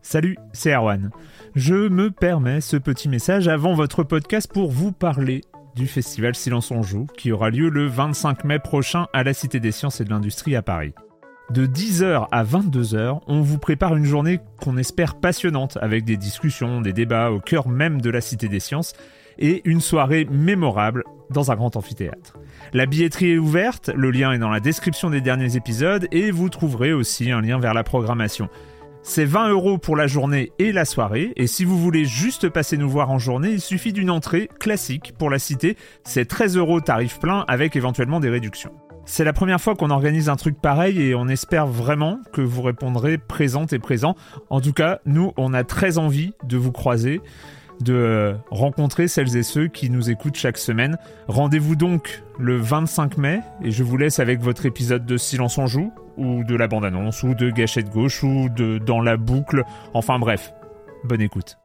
Salut, c'est Erwan. Je me permets ce petit message avant votre podcast pour vous parler du festival Silence on Joue qui aura lieu le 25 mai prochain à la Cité des Sciences et de l'Industrie à Paris. De 10h à 22h, on vous prépare une journée qu'on espère passionnante avec des discussions, des débats au cœur même de la Cité des Sciences et une soirée mémorable dans un grand amphithéâtre. La billetterie est ouverte, le lien est dans la description des derniers épisodes et vous trouverez aussi un lien vers la programmation. C'est 20 € pour la journée et la soirée, et si vous voulez juste passer nous voir en journée, il suffit d'une entrée classique pour la Cité, c'est 13 € tarif plein avec éventuellement des réductions. C'est la première fois qu'on organise un truc pareil et on espère vraiment que vous répondrez présentes et présents. En tout cas, nous, on a très envie de vous croiser, de rencontrer celles et ceux qui nous écoutent chaque semaine. Rendez-vous donc le 25 mai et je vous laisse avec votre épisode de Silence on Joue, ou de la bande-annonce, ou de Gâchette Gauche, ou de Dans la boucle. Enfin bref, bonne écoute.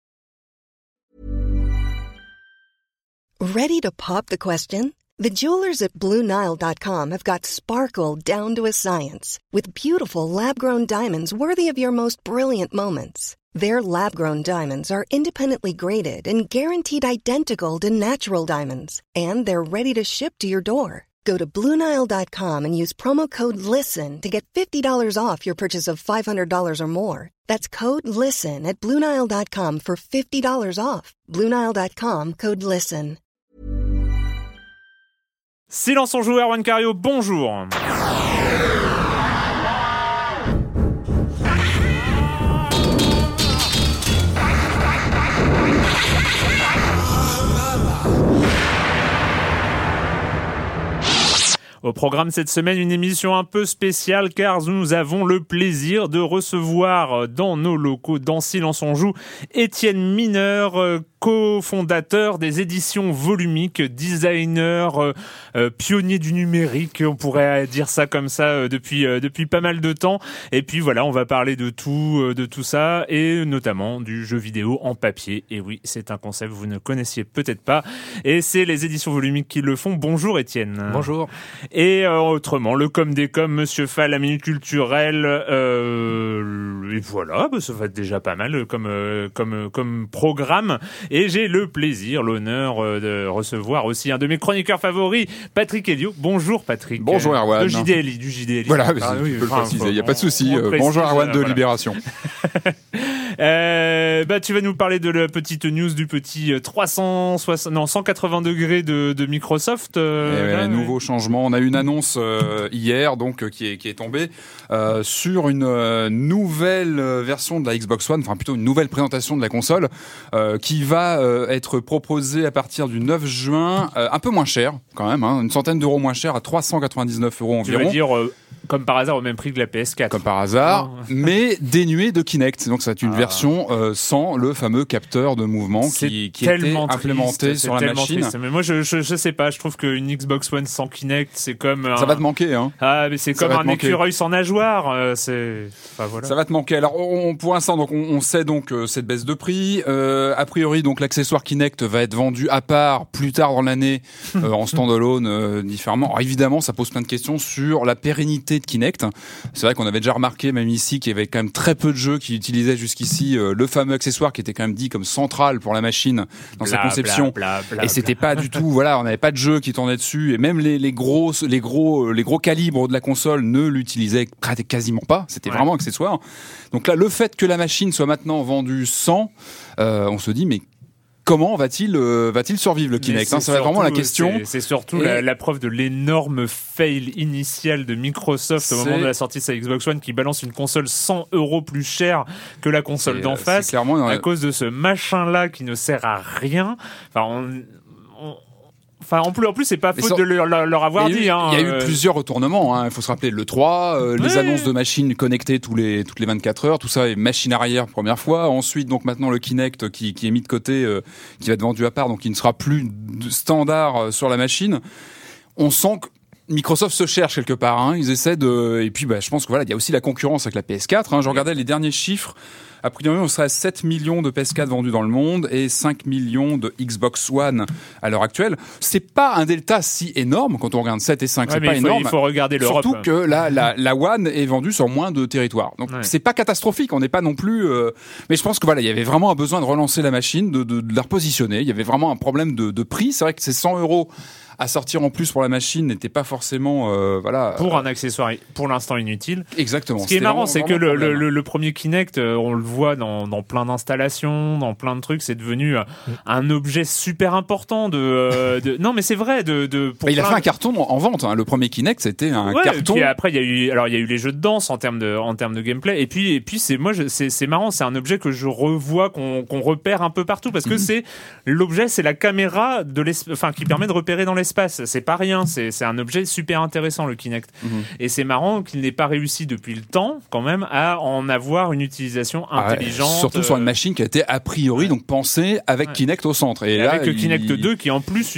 Ready to pop the question? The jewelers at BlueNile.com have got sparkle down to a science with beautiful lab-grown diamonds worthy of your most brilliant moments. Their lab-grown diamonds are independently graded and guaranteed identical to natural diamonds, and they're ready to ship to your door. Go to BlueNile.com and use promo code LISTEN to get $50 off your purchase of $500 or more. That's code LISTEN at BlueNile.com for $50 off. BlueNile.com, code LISTEN. Silence on Joue, Erwan Cario, bonjour. Au programme cette semaine, une émission un peu spéciale car nous avons le plaisir de recevoir dans nos locaux, dans Silence on Joue, Étienne Mineur, cofondateur des éditions volumiques, designer, pionnier du numérique, on pourrait dire ça comme ça depuis pas mal de temps. Et puis voilà, on va parler de tout ça et notamment du jeu vidéo en papier. Et oui, c'est un concept que vous ne connaissiez peut-être pas et c'est les éditions volumiques qui le font. Bonjour Étienne. Bonjour. Et autrement, le com des com, Monsieur Fall, la minute culturelle, et voilà, ça va être déjà pas mal comme programme. Et j'ai le plaisir, l'honneur de recevoir aussi un de mes chroniqueurs favoris, Patrick Helio. Bonjour Patrick. Bonjour Erwan. Du JDLI. Voilà, tu peux le préciser, il n'y a pas de souci. Bonjour Erwan de Libération. Tu vas nous parler de la petite news du petit 180 degrés de Microsoft. Nouveau changement. On a une annonce hier donc qui est tombée sur une nouvelle version de la Xbox One, enfin plutôt une nouvelle présentation de la console qui va être proposée à partir du 9 juin, un peu moins cher quand même, une centaine d'euros moins cher, à 399 € environ. Tu veux dire comme par hasard au même prix que la PS4. Comme par hasard, mais dénuée de Kinect. Donc c'est une version sans le fameux capteur de mouvement qui était implémenté sur la machine. Triste. Mais moi je sais pas, je trouve qu'une Xbox One sans Kinect, c'est comme ça va te manquer mais c'est comme un écureuil sans nageoire, voilà. Ça va te manquer. Alors pour l'instant donc on sait donc cette baisse de prix, a priori donc l'accessoire Kinect va être vendu à part plus tard dans l'année en standalone différemment. Alors évidemment, ça pose plein de questions sur la pérennité de Kinect. C'est vrai qu'on avait déjà remarqué même ici qu'il y avait quand même très peu de jeux qui utilisaient jusqu'ici le fameux accessoire qui était quand même dit comme central pour la machine dans sa conception. Et c'était pas du tout, voilà, on n'avait pas de jeux qui tournaient dessus et même les gros calibres de la console ne l'utilisaient quasiment pas. C'était vraiment accessoire. Donc là, le fait que la machine soit maintenant vendue sans, on se dit mais comment va-t-il survivre le Kinect, ça va être vraiment la question. C'est surtout la preuve de l'énorme fail initial de Microsoft au moment de la sortie de sa Xbox One qui balance une console 100 € plus chère que la console d'en face à cause de ce machin-là qui ne sert à rien. En plus, c'est pas faute de leur avoir dit. Il y a eu plusieurs retournements. Il faut se rappeler le 3, les annonces de machines connectées toutes les 24 heures. Tout ça est machine arrière première fois. Ensuite, donc maintenant le Kinect qui est mis de côté, qui va être vendu à part, donc qui ne sera plus standard sur la machine. On sent que Microsoft se cherche quelque part. Ils essaient de. Et puis, je pense que voilà, il y a aussi la concurrence avec la PS4. Je regardais les derniers chiffres. A priori, on serait à 7 millions de PS4 vendus dans le monde et 5 millions de Xbox One à l'heure actuelle. C'est pas un delta si énorme quand on regarde 7 et 5, c'est pas énorme. Il faut regarder l'Europe. Surtout que la One est vendue sur moins de territoire. Donc c'est pas catastrophique, on n'est pas non plus mais je pense que voilà, il y avait vraiment un besoin de relancer la machine, de la repositionner. Il y avait vraiment un problème de prix. C'est vrai que ces 100 € à sortir en plus pour la machine n'était pas forcément pour un accessoire pour l'instant inutile. Exactement. Ce qui est marrant, c'est que le premier Kinect, on le voit dans plein d'installations, dans plein de trucs, c'est devenu un objet super important non mais c'est vrai il a fait un carton en vente, hein. Le premier Kinect, c'était un carton. Et après il y a eu les jeux de danse en termes de gameplay et puis c'est marrant, c'est un objet que je revois qu'on repère un peu partout parce que c'est la caméra qui permet de repérer dans l'espace. C'est pas rien, c'est un objet super intéressant le Kinect. Et c'est marrant qu'il n'ait pas réussi depuis le temps quand même à en avoir une utilisation intelligente. Surtout sur une machine qui a été a priori donc pensée avec Kinect au centre. Et là, avec le Kinect 2 qui est en plus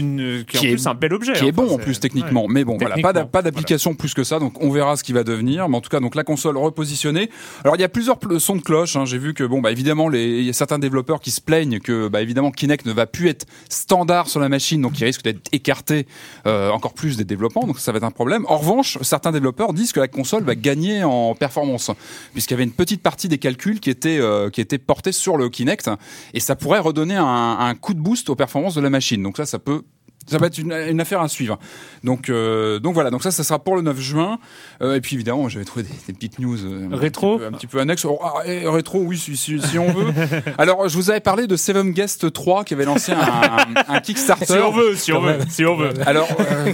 un bel objet. Qui est bon en plus techniquement. Mais bon, voilà, pas d'application plus que ça. Donc on verra ce qui va devenir. Mais en tout cas, donc la console repositionnée. Alors il y a plusieurs sons de cloche. Hein. J'ai vu que évidemment il y a certains développeurs qui se plaignent que évidemment Kinect ne va plus être standard sur la machine, donc il risque d'être écarté encore plus des développements, donc ça va être un problème. En revanche, certains développeurs disent que la console va gagner en performance, puisqu'il y avait une petite partie des calculs qui était portés sur le Kinect, et ça pourrait redonner un coup de boost aux performances de la machine. Donc ça va être une affaire à suivre. Donc voilà, donc ça sera pour le 9 juin. Et puis évidemment, j'avais trouvé des petites news rétro, un petit peu annexes. Rétro, oui, si on veut. Alors, je vous avais parlé de Seven Guest 3 qui avait lancé un Kickstarter. Si on veut. Alors,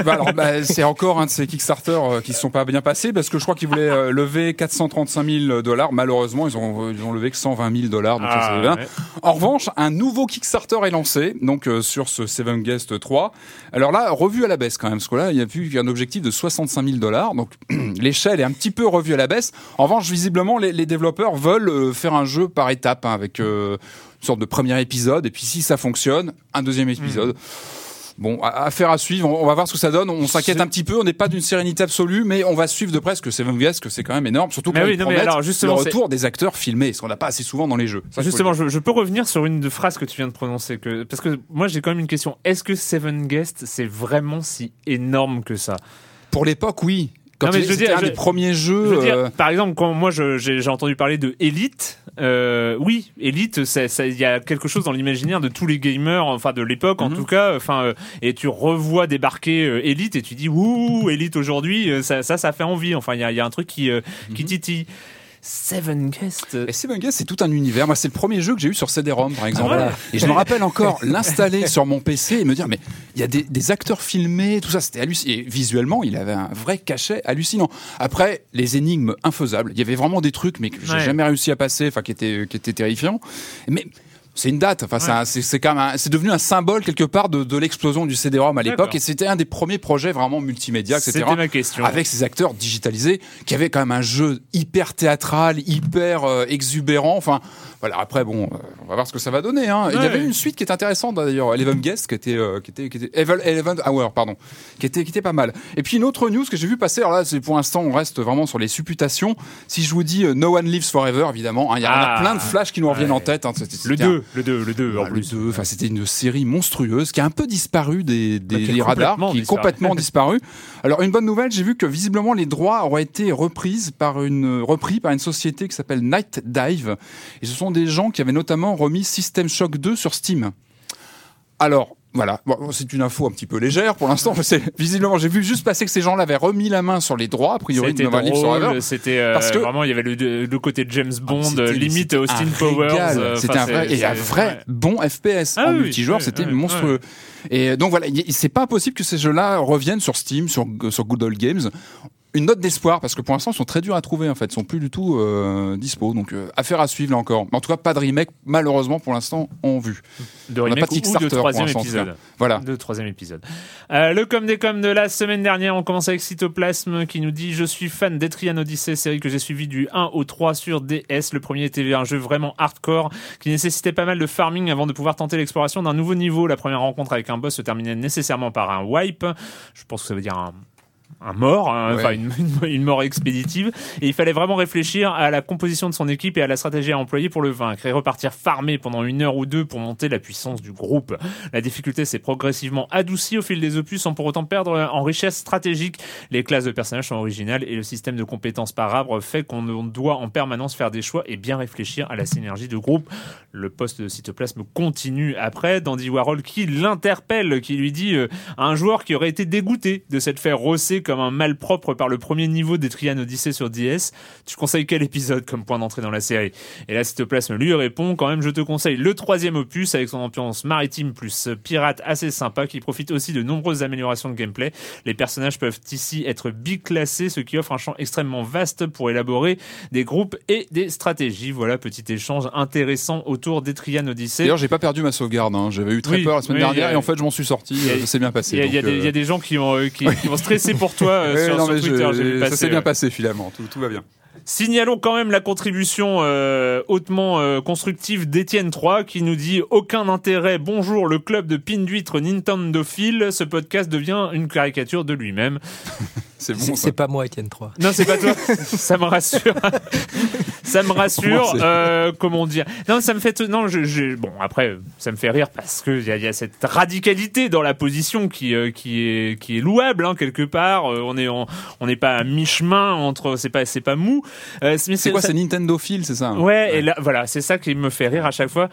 c'est encore un de ces Kickstarter qui se sont pas bien passés parce que je crois qu'ils voulaient lever $435 000. Malheureusement, ils ont levé que $120 000. Donc ça, c'est bien. Ouais. En revanche, un nouveau Kickstarter est lancé, donc sur ce Seven Guest 3. Alors là, revu à la baisse quand même, parce que là, il y a plus qu'un objectif de $65 000. Donc l'échelle est un petit peu revue à la baisse. En revanche, visiblement, les développeurs veulent faire un jeu par étapes, hein, avec une sorte de premier épisode, et puis si ça fonctionne, un deuxième épisode. Bon, affaire à suivre, on va voir ce que ça donne. On s'inquiète un petit peu, on n'est pas d'une sérénité absolue, mais on va suivre de près parce que Seven Guest, que c'est quand même énorme, surtout quand ils promettent le retour des acteurs filmés, ce qu'on n'a pas assez souvent dans les jeux. Ça, justement, je peux revenir sur une phrase que tu viens de prononcer, parce que moi j'ai quand même une question. Est-ce que Seven Guest, c'est vraiment si énorme que ça ? Pour l'époque, oui. C'était un des premiers jeux. Par exemple, quand moi j'ai entendu parler de Elite, oui, Elite, il y a quelque chose dans l'imaginaire de tous les gamers, enfin de l'époque en tout cas, et tu revois débarquer Elite et tu dis ouh, Elite aujourd'hui, ça fait envie. Enfin, il y a un truc qui titille. Seven Guest. Et Seven Guest, c'est tout un univers. Moi, c'est le premier jeu que j'ai eu sur CD-ROM, par exemple. Et je me rappelle encore l'installer sur mon PC et me dire, mais il y a des acteurs filmés, tout ça, c'était hallucinant. Et visuellement, il avait un vrai cachet hallucinant. Après, les énigmes infaisables. Il y avait vraiment des trucs, mais que j'ai jamais réussi à passer, enfin, qui étaient terrifiants. Mais c'est une date. Enfin, c'est quand même c'est devenu un symbole quelque part de l'explosion du CD-ROM à l'époque. Et c'était un des premiers projets vraiment multimédia, etc. C'était ma question. Avec ces acteurs digitalisés qui avaient quand même un jeu hyper théâtral, hyper exubérant. Enfin, voilà. Après, bon, on va voir ce que ça va donner. Hein. Il y avait une suite qui est intéressante d'ailleurs, Eleven Guest, qui était Eleven Hour, pardon, qui était pas mal. Et puis une autre news que j'ai vu passer. Alors là, c'est pour l'instant, on reste vraiment sur les supputations. Si je vous dis No One Lives Forever, évidemment, il y a plein de flashs qui nous reviennent en tête. Hein. Le 2 en plus. Enfin, c'était une série monstrueuse qui a un peu disparu des radars, qui est complètement disparu. Alors, une bonne nouvelle, j'ai vu que visiblement les droits auraient été repris par une société qui s'appelle Night Dive. Et ce sont des gens qui avaient notamment remis System Shock 2 sur Steam. Alors, voilà, bon, c'est une info un petit peu légère pour l'instant. Visiblement, j'ai vu juste passer que ces gens-là avaient remis la main sur les droits, a priori, de Nova Live Forever. C'était vraiment, il y avait le côté James Bond, limite Austin Powers. C'était un vrai bon FPS en multijoueur, c'était monstrueux. Et donc voilà, c'est pas impossible que ces jeux-là reviennent sur Steam, sur Good Old Games. Une note d'espoir, parce que pour l'instant, ils sont très durs à trouver, en fait. Ils sont plus du tout dispo. Donc, affaire à suivre, là encore. Mais en tout cas, pas de remake, malheureusement, pour l'instant, en vue. De remake ou de troisième épisode. Voilà. De troisième épisode. Le com des com de la semaine dernière, on commence avec Cytoplasme, qui nous dit « Je suis fan d'Etrian Odyssey, série que j'ai suivie du 1 au 3 sur DS. Le premier était un jeu vraiment hardcore, qui nécessitait pas mal de farming avant de pouvoir tenter l'exploration d'un nouveau niveau. La première rencontre avec un boss se terminait nécessairement par un wipe. » Je pense que ça veut dire mort, enfin une mort expéditive, et il fallait vraiment réfléchir à la composition de son équipe et à la stratégie à employer pour le vaincre et repartir farmer pendant 1 heure ou 2 pour monter la puissance du groupe. La difficulté s'est progressivement adoucie au fil des opus sans pour autant perdre en richesse stratégique. Les classes de personnages sont originales et le système de compétences par arbre fait qu'on doit en permanence faire des choix et bien réfléchir à la synergie de groupe. Le poste de Cytoplasme continue après d'Andy Warhol qui l'interpelle, qui lui dit à un joueur qui aurait été dégoûté de s'être fait rosser comme un malpropre par le premier niveau d'Etrian Odyssey sur DS. Tu conseilles quel épisode comme point d'entrée dans la série? Et là, Cytoplasme lui répond, quand même, je te conseille le 3e opus avec son ambiance maritime plus pirate assez sympa qui profite aussi de nombreuses améliorations de gameplay. Les personnages peuvent ici être biclassés, ce qui offre un champ extrêmement vaste pour élaborer des groupes et des stratégies. Voilà, petit échange intéressant autour d'Etrian Odyssey. D'ailleurs, j'ai pas perdu ma sauvegarde, j'avais eu très peur la semaine dernière et en fait, je m'en suis sorti, ça s'est bien passé. Il y a des gens qui vont stresser pour toi sur Twitter. Ça s'est bien passé finalement, tout va bien. Signalons quand même la contribution hautement constructive d'Étienne 3 qui nous dit « Aucun intérêt, bonjour, le club de pin d'huître Nintendophile, ce podcast devient une caricature de lui-même. » C'est bon, c'est pas moi, Étienne 3. Non, c'est pas toi. Ça me rassure. Ça me rassure. Comment dire? Non, ça me fait. Non, bon, après, ça me fait rire parce que il y a cette radicalité dans la position qui est louable quelque part. On n'est pas à mi-chemin entre. C'est pas mou. C'est quoi? C'est Nintendophile, c'est ça? Ouais. Et là, voilà, c'est ça qui me fait rire à chaque fois.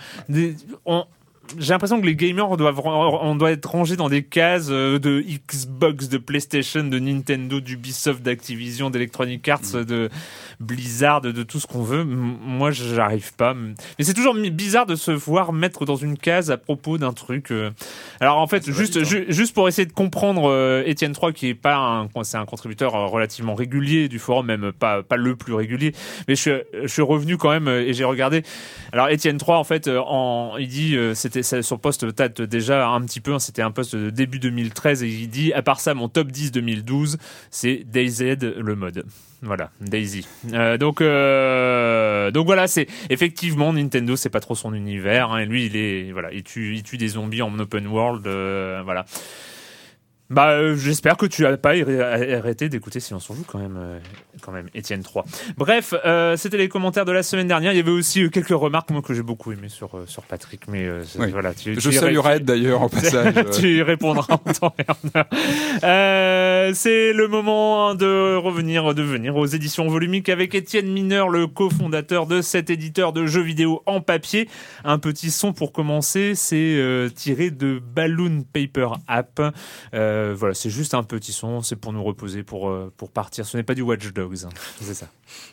J'ai l'impression que les gamers on doit être rangés dans des cases de Xbox, de PlayStation, de Nintendo, d'Ubisoft, d'Activision, d'Electronic Arts, de Blizzard, de tout ce qu'on veut. Moi, j'arrive pas. Mais c'est toujours bizarre de se voir mettre dans une case à propos d'un truc. Alors en fait, juste pour essayer de comprendre Étienne 3, qui est c'est un contributeur relativement régulier du forum, même pas le plus régulier. Mais je suis revenu quand même et j'ai regardé. Alors Étienne 3, en fait, il dit son post date déjà un petit peu. C'était un post de début 2013 et il dit à part ça, mon top 10 2012, c'est DayZ le mode. Voilà, Daisy. Donc voilà, c'est effectivement Nintendo, c'est pas trop son univers. Et lui, il tue des zombies en open world. Voilà. J'espère que tu n'as pas arrêté d'écouter Silence on Joue quand même, Étienne 3. Bref, c'était les commentaires de la semaine dernière. Il y avait aussi quelques remarques moi que j'ai beaucoup aimé sur Patrick, mais voilà. Je salue Red d'ailleurs en passage. Tu répondras en temps et en heure. C'est le moment de revenir aux éditions volumiques avec Étienne Mineur, le cofondateur de cet éditeur de jeux vidéo en papier. Un petit son pour commencer, c'est tiré de Balloon Paper App. Voilà, c'est juste un petit son, c'est pour nous reposer, pour partir. Ce n'est pas du Watch Dogs, c'est ça.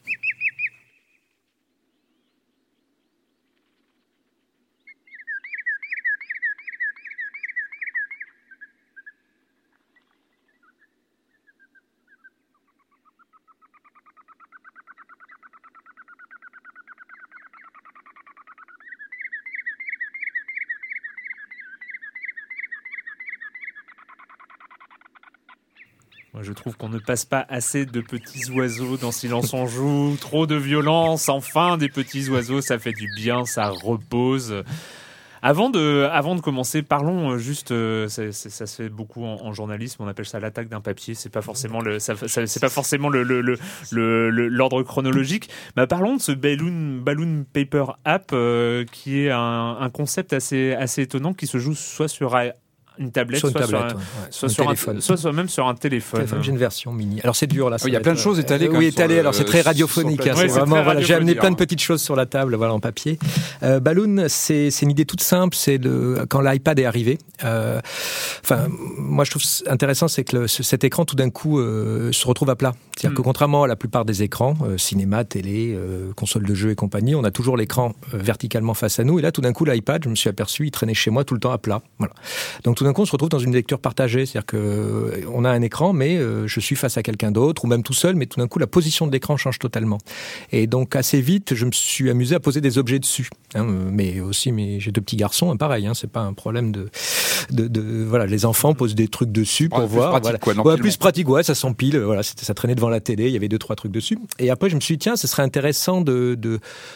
Moi, je trouve qu'on ne passe pas assez de petits oiseaux dans Silence on Joue. Trop de violence, enfin des petits oiseaux, ça fait du bien, ça repose. Avant de commencer, parlons juste. Ça se fait beaucoup en journalisme. On appelle ça l'attaque d'un papier. C'est pas forcément l'ordre chronologique. Parlons de ce Balloon Paper App qui est un concept assez étonnant qui se joue soit sur une tablette, soit même sur un téléphone. J'ai une version mini. Alors c'est dur là. Il y a plein de choses étalées. Oui, étalées. Alors c'est très radiophonique. C'est vraiment. Voilà, j'ai amené plein de petites choses sur la table, voilà, en papier. Balloon, c'est une idée toute simple. C'est quand l'iPad est arrivé. Moi je trouve intéressant, c'est que cet écran tout d'un coup se retrouve à plat. C'est-à-dire que contrairement à la plupart des écrans, cinéma, télé, console de jeux et compagnie, on a toujours l'écran verticalement face à nous. Et là, tout d'un coup, l'iPad, je me suis aperçu, il traînait chez moi tout le temps à plat. Voilà. Donc tout d'un coup, on se retrouve dans une lecture partagée, c'est-à-dire que on a un écran, mais je suis face à quelqu'un d'autre, ou même tout seul, mais tout d'un coup, la position de l'écran change totalement. Et donc assez vite, je me suis amusé à poser des objets dessus. Mais j'ai 2 petits garçons, pareil, c'est pas un problème voilà, les enfants posent des trucs dessus pour voir. Pratique, voilà. Plus pratique, ça s'empile. Voilà, ça traînait devant la télé, il y avait 2-3 trucs dessus. Et après, je me suis dit, tiens, ce serait intéressant de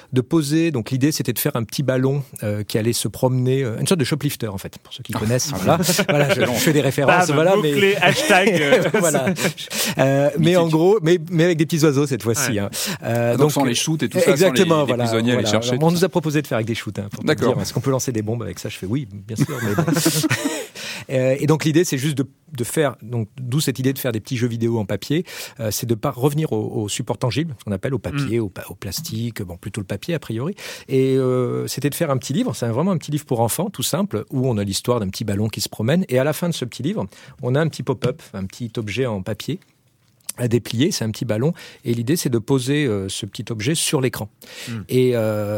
poser. Donc l'idée, c'était de faire un petit ballon qui allait se promener, une sorte de shoplifter en fait, pour ceux qui connaissent. Voilà. voilà, je fais des références. Voilà, mots-clés, hashtag. voilà. Mais en gros, mais avec des petits oiseaux cette fois-ci. Ouais. Donc sans les shoots et tout ça, exactement, sans les prisonniers à aller chercher. On nous a proposé de faire avec des shoots. Pour D'accord. Est-ce qu'on peut lancer des bombes avec ça? Je fais oui, bien sûr. Mais bon. Et donc l'idée, c'est juste de faire, donc d'où cette idée de faire des petits jeux vidéo en papier, c'est de pas revenir au support tangible, ce qu'on appelle au papier, au plastique, bon plutôt le papier a priori. Et c'était de faire un petit livre, c'est vraiment un petit livre pour enfants, tout simple, où on a l'histoire d'un petit ballon qui se promène. Et à la fin de ce petit livre, on a un petit pop-up, un petit objet en papier à déplier, c'est un petit ballon, et l'idée c'est de poser ce petit objet sur l'écran. Et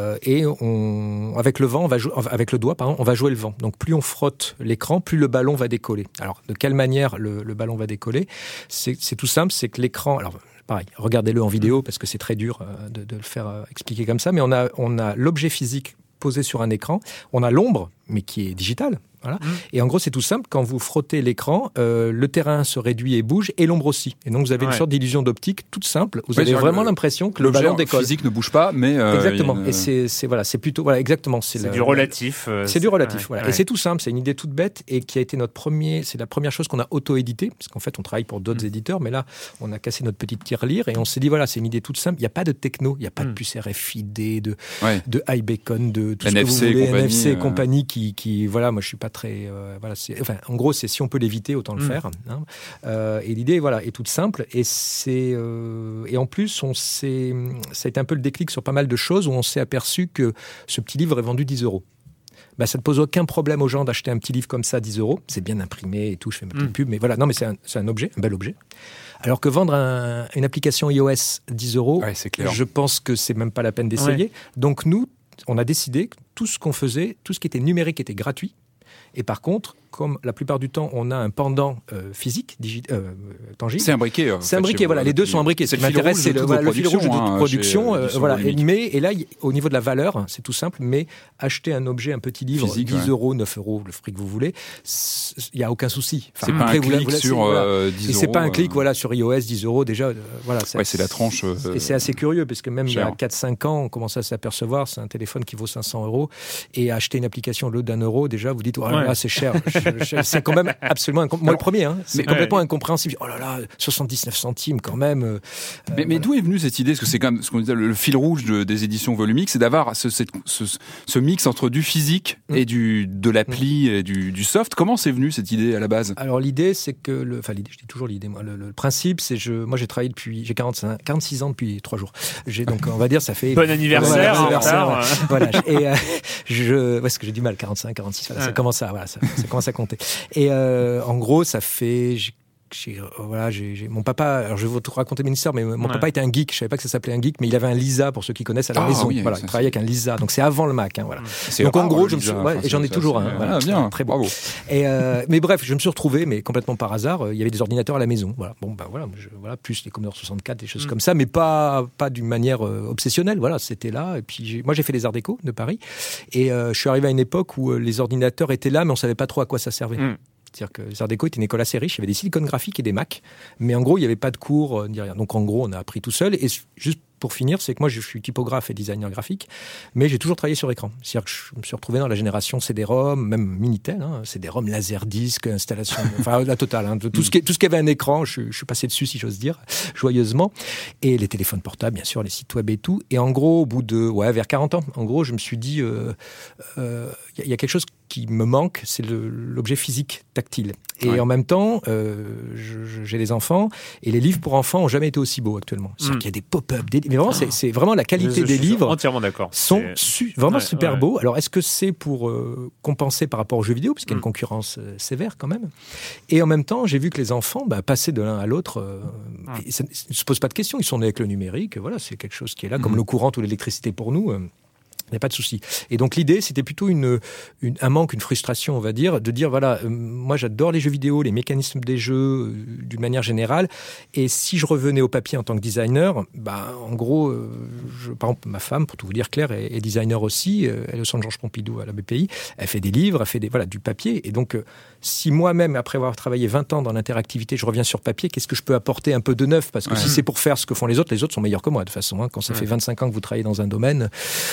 avec le vent, avec le doigt, on va jouer le vent. Donc plus on frotte l'écran, plus le ballon va décoller. Alors de quelle manière le ballon va décoller? C'est tout simple, c'est que l'écran. Alors pareil, regardez-le en vidéo parce que c'est très dur de le faire expliquer comme ça. Mais on a l'objet physique posé sur un écran, on a l'ombre, mais qui est digitale. Voilà. Et en gros, c'est tout simple. Quand vous frottez l'écran, le terrain se réduit et bouge, et l'ombre aussi. Et donc, vous avez une sorte d'illusion d'optique toute simple. Vous avez vraiment l'impression que le ballon décolle. Le physique ne bouge pas, mais exactement. Et c'est plutôt exactement. C'est du relatif. C'est du relatif. Voilà. Et c'est tout simple. C'est une idée toute bête et qui a été c'est la première chose qu'on a auto-édité, parce qu'en fait, on travaille pour d'autres éditeurs, mais là, on a cassé notre petite tirelire et on s'est dit voilà, c'est une idée toute simple. Il n'y a pas de techno, il n'y a pas de puce RFID, de iBeacon, de tout NFC, ce que vous voulez, NFC et compagnie, qui voilà, moi je suis pas très en gros, c'est si on peut l'éviter, autant le faire. Hein. Et l'idée, voilà, est toute simple. Et et en plus, ça a été un peu le déclic sur pas mal de choses où on s'est aperçu que ce petit livre est vendu 10 €. Ça ne pose aucun problème aux gens d'acheter un petit livre comme ça à 10 €. C'est bien imprimé et tout. Je fais ma petite pub, mais voilà. Non, mais c'est un objet, un bel objet. Alors que vendre une application iOS 10 €, c'est clair. Je pense que c'est même pas la peine d'essayer. Ouais. Donc nous, on a décidé que tout ce qu'on faisait, tout ce qui était numérique était gratuit. Et par contre, comme la plupart du temps, on a un pendant physique, tangible. C'est imbriqué. C'est imbriqué, voilà. Les deux sont imbriqués. Ce qui m'intéresse, c'est le fil rouge de toute production. Voilà. Et là, au niveau de la valeur, c'est tout simple, mais acheter un objet, un petit livre, physique, 10 €, 9 €, le prix que vous voulez, il n'y a aucun souci. Enfin, c'est pas un clic sur 10 €. Et c'est pas un clic, voilà, sur iOS, 10 € déjà. Voilà. C'est la tranche. Et c'est assez curieux, parce que même il y a 4-5 ans, on commence à s'apercevoir, c'est un téléphone qui vaut 500 €, et acheter une application au lieu d'1 €, déjà, vous dites, oh là là, c'est cher. C'est quand même absolument moi le premier, c'est complètement incompréhensible. Oh là là, 79 centimes quand même. Mais d'où est venue cette idée? Parce que c'est quand même ce qu'on disait, le fil rouge des éditions volumiques, c'est d'avoir ce mix entre du physique et de l'appli et du soft. Comment c'est venu cette idée à la base? Alors l'idée, c'est que je dis toujours l'idée. Moi, le principe, c'est moi j'ai travaillé j'ai 46 ans depuis 3 jours. Donc on va dire ça fait. Bon anniversaire. Voilà. Et parce que j'ai du mal, 45, 46. Voilà, ça commence à à compter. Et en gros, ça fait... mon papa, alors je vais vous raconter mes histoires, mais mon papa était un geek. Je savais pas que ça s'appelait un geek, mais il avait un Lisa, pour ceux qui connaissent, à la maison. Oui, voilà, il travaillait avec un Lisa, donc c'est avant le Mac. Voilà. Donc en gros, j'en ai toujours un. Voilà, bien, très bon. Bravo. Mais bref, je me suis retrouvé, mais complètement par hasard. Il y avait des ordinateurs à la maison. Voilà. Bon, plus les Commodore 64, des choses comme ça, mais pas d'une manière obsessionnelle. Voilà, c'était là. Et puis moi, j'ai fait les Arts Déco de Paris, et je suis arrivé à une époque où les ordinateurs étaient là, mais on savait pas trop à quoi ça servait. C'est-à-dire que les Arts Déco était une école assez riche, il y avait des silicone graphiques et des Mac, mais en gros, il n'y avait pas de cours, ni rien. Donc en gros, on a appris tout seul. Et juste pour finir, c'est que moi, je suis typographe et designer graphique, mais j'ai toujours travaillé sur écran. C'est-à-dire que je me suis retrouvé dans la génération CD-ROM, même Minitel, CD-ROM, Laserdisc, installation, enfin la totale. Tout ce qui avait un écran, je suis passé dessus, si j'ose dire, joyeusement. Et les téléphones portables, bien sûr, les sites web et tout. Et en gros, au bout de, vers 40 ans, en gros, je me suis dit, il y a quelque chose qui me manque, c'est l'objet physique, tactile. Et en même temps, j'ai des enfants, et les livres pour enfants n'ont jamais été aussi beaux actuellement. C'est-à-dire qu'il y a des pop-up, mais vraiment, c'est vraiment la qualité des livres. Entièrement d'accord. Sont vraiment super beaux. Alors, est-ce que c'est pour compenser par rapport aux jeux vidéo, puisqu'il y a une concurrence sévère quand même. Et en même temps, j'ai vu que les enfants, passaient de l'un à l'autre, et ça ne se pose pas de questions. Ils sont nés avec le numérique. Voilà, c'est quelque chose qui est là, comme l'eau courante ou l'électricité pour nous. Il n'y a pas de souci. Et donc l'idée, c'était plutôt un manque, une frustration, on va dire, de dire, voilà, moi j'adore les jeux vidéo, les mécanismes des jeux, d'une manière générale, et si je revenais au papier en tant que designer, en gros, par exemple, ma femme, pour tout vous dire, Claire, est designer aussi, elle est au Centre Georges Pompidou à la BPI, elle fait des livres, elle fait du papier, et donc si moi-même, après avoir travaillé 20 ans dans l'interactivité, je reviens sur papier, qu'est-ce que je peux apporter un peu de neuf? Parce que si c'est pour faire ce que font les autres sont meilleurs que moi, de toute façon. Quand ça fait 25 ans que vous travaillez dans un domaine, vous avez une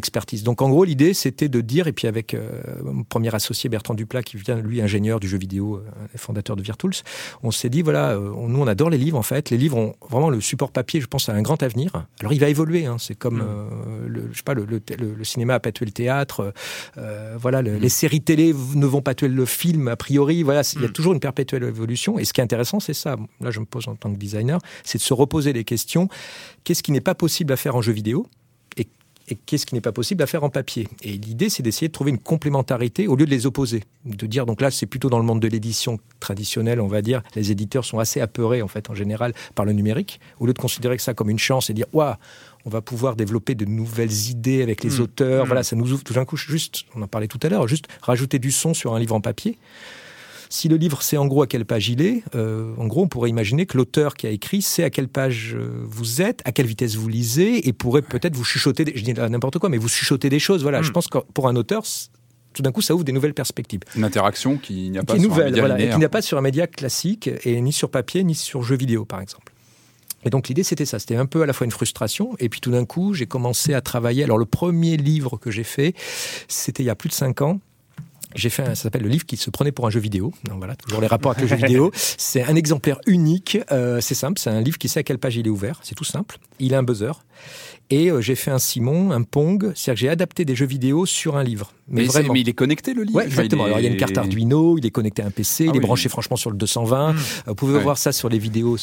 expertise. Donc en gros, l'idée, c'était de dire, et puis avec mon premier associé Bertrand Duplat, qui vient, lui, ingénieur du jeu vidéo, fondateur de Virtools, on s'est dit, voilà, nous, on adore les livres, en fait. Les livres ont vraiment le support papier, je pense, a un grand avenir. Alors, il va évoluer, hein. C'est comme, le cinéma a pas tué le théâtre, les séries télé ne vont pas tuer le film, a priori. Voilà, il y a toujours une perpétuelle évolution. Et ce qui est intéressant, c'est ça. Là, je me pose en tant que designer, c'est de se reposer les questions. Qu'est-ce qui n'est pas possible à faire en jeu vidéo ? Et qu'est-ce qui n'est pas possible à faire en papier. Et l'idée, c'est d'essayer de trouver une complémentarité au lieu de les opposer. De dire, donc là, c'est plutôt dans le monde de l'édition traditionnelle, on va dire, les éditeurs sont assez apeurés, en fait, en général, par le numérique. Au lieu de considérer ça comme une chance et dire, waouh, on va pouvoir développer de nouvelles idées avec les auteurs. Voilà, ça nous ouvre tout d'un coup, juste, on en parlait tout à l'heure, juste rajouter du son sur un livre en papier. Si le livre sait en gros à quelle page il est, en gros, on pourrait imaginer que l'auteur qui a écrit sait à quelle page vous êtes, à quelle vitesse vous lisez, et pourrait peut-être vous chuchoter, je dis n'importe quoi, mais vous chuchoter des choses. Voilà, je pense que pour un auteur, tout d'un coup, ça ouvre des nouvelles perspectives. Une interaction qu'il n'y a pas sur un média linéaire. Et qu'il n'y a pas sur un média classique, et ni sur papier, ni sur jeux vidéo, par exemple. Et donc l'idée, c'était ça. C'était un peu à la fois une frustration, et puis tout d'un coup, j'ai commencé à travailler. Alors le premier livre que j'ai fait, c'était il y a plus de 5 ans. J'ai fait ça s'appelle le livre qui se prenait pour un jeu vidéo. Donc voilà, toujours les rapports avec le jeu vidéo. C'est un exemplaire unique. C'est simple, c'est un livre qui sait à quelle page il est ouvert. C'est tout simple. Il a un buzzer. Et j'ai fait un Simon, un Pong. C'est-à-dire que j'ai adapté des jeux vidéo sur un livre. Mais vraiment. Mais il est connecté, le livre. Ouais, exactement. Alors il y a une carte Arduino, il est connecté à un PC, il est branché franchement sur le 220. Vous pouvez voir ça sur les vidéos,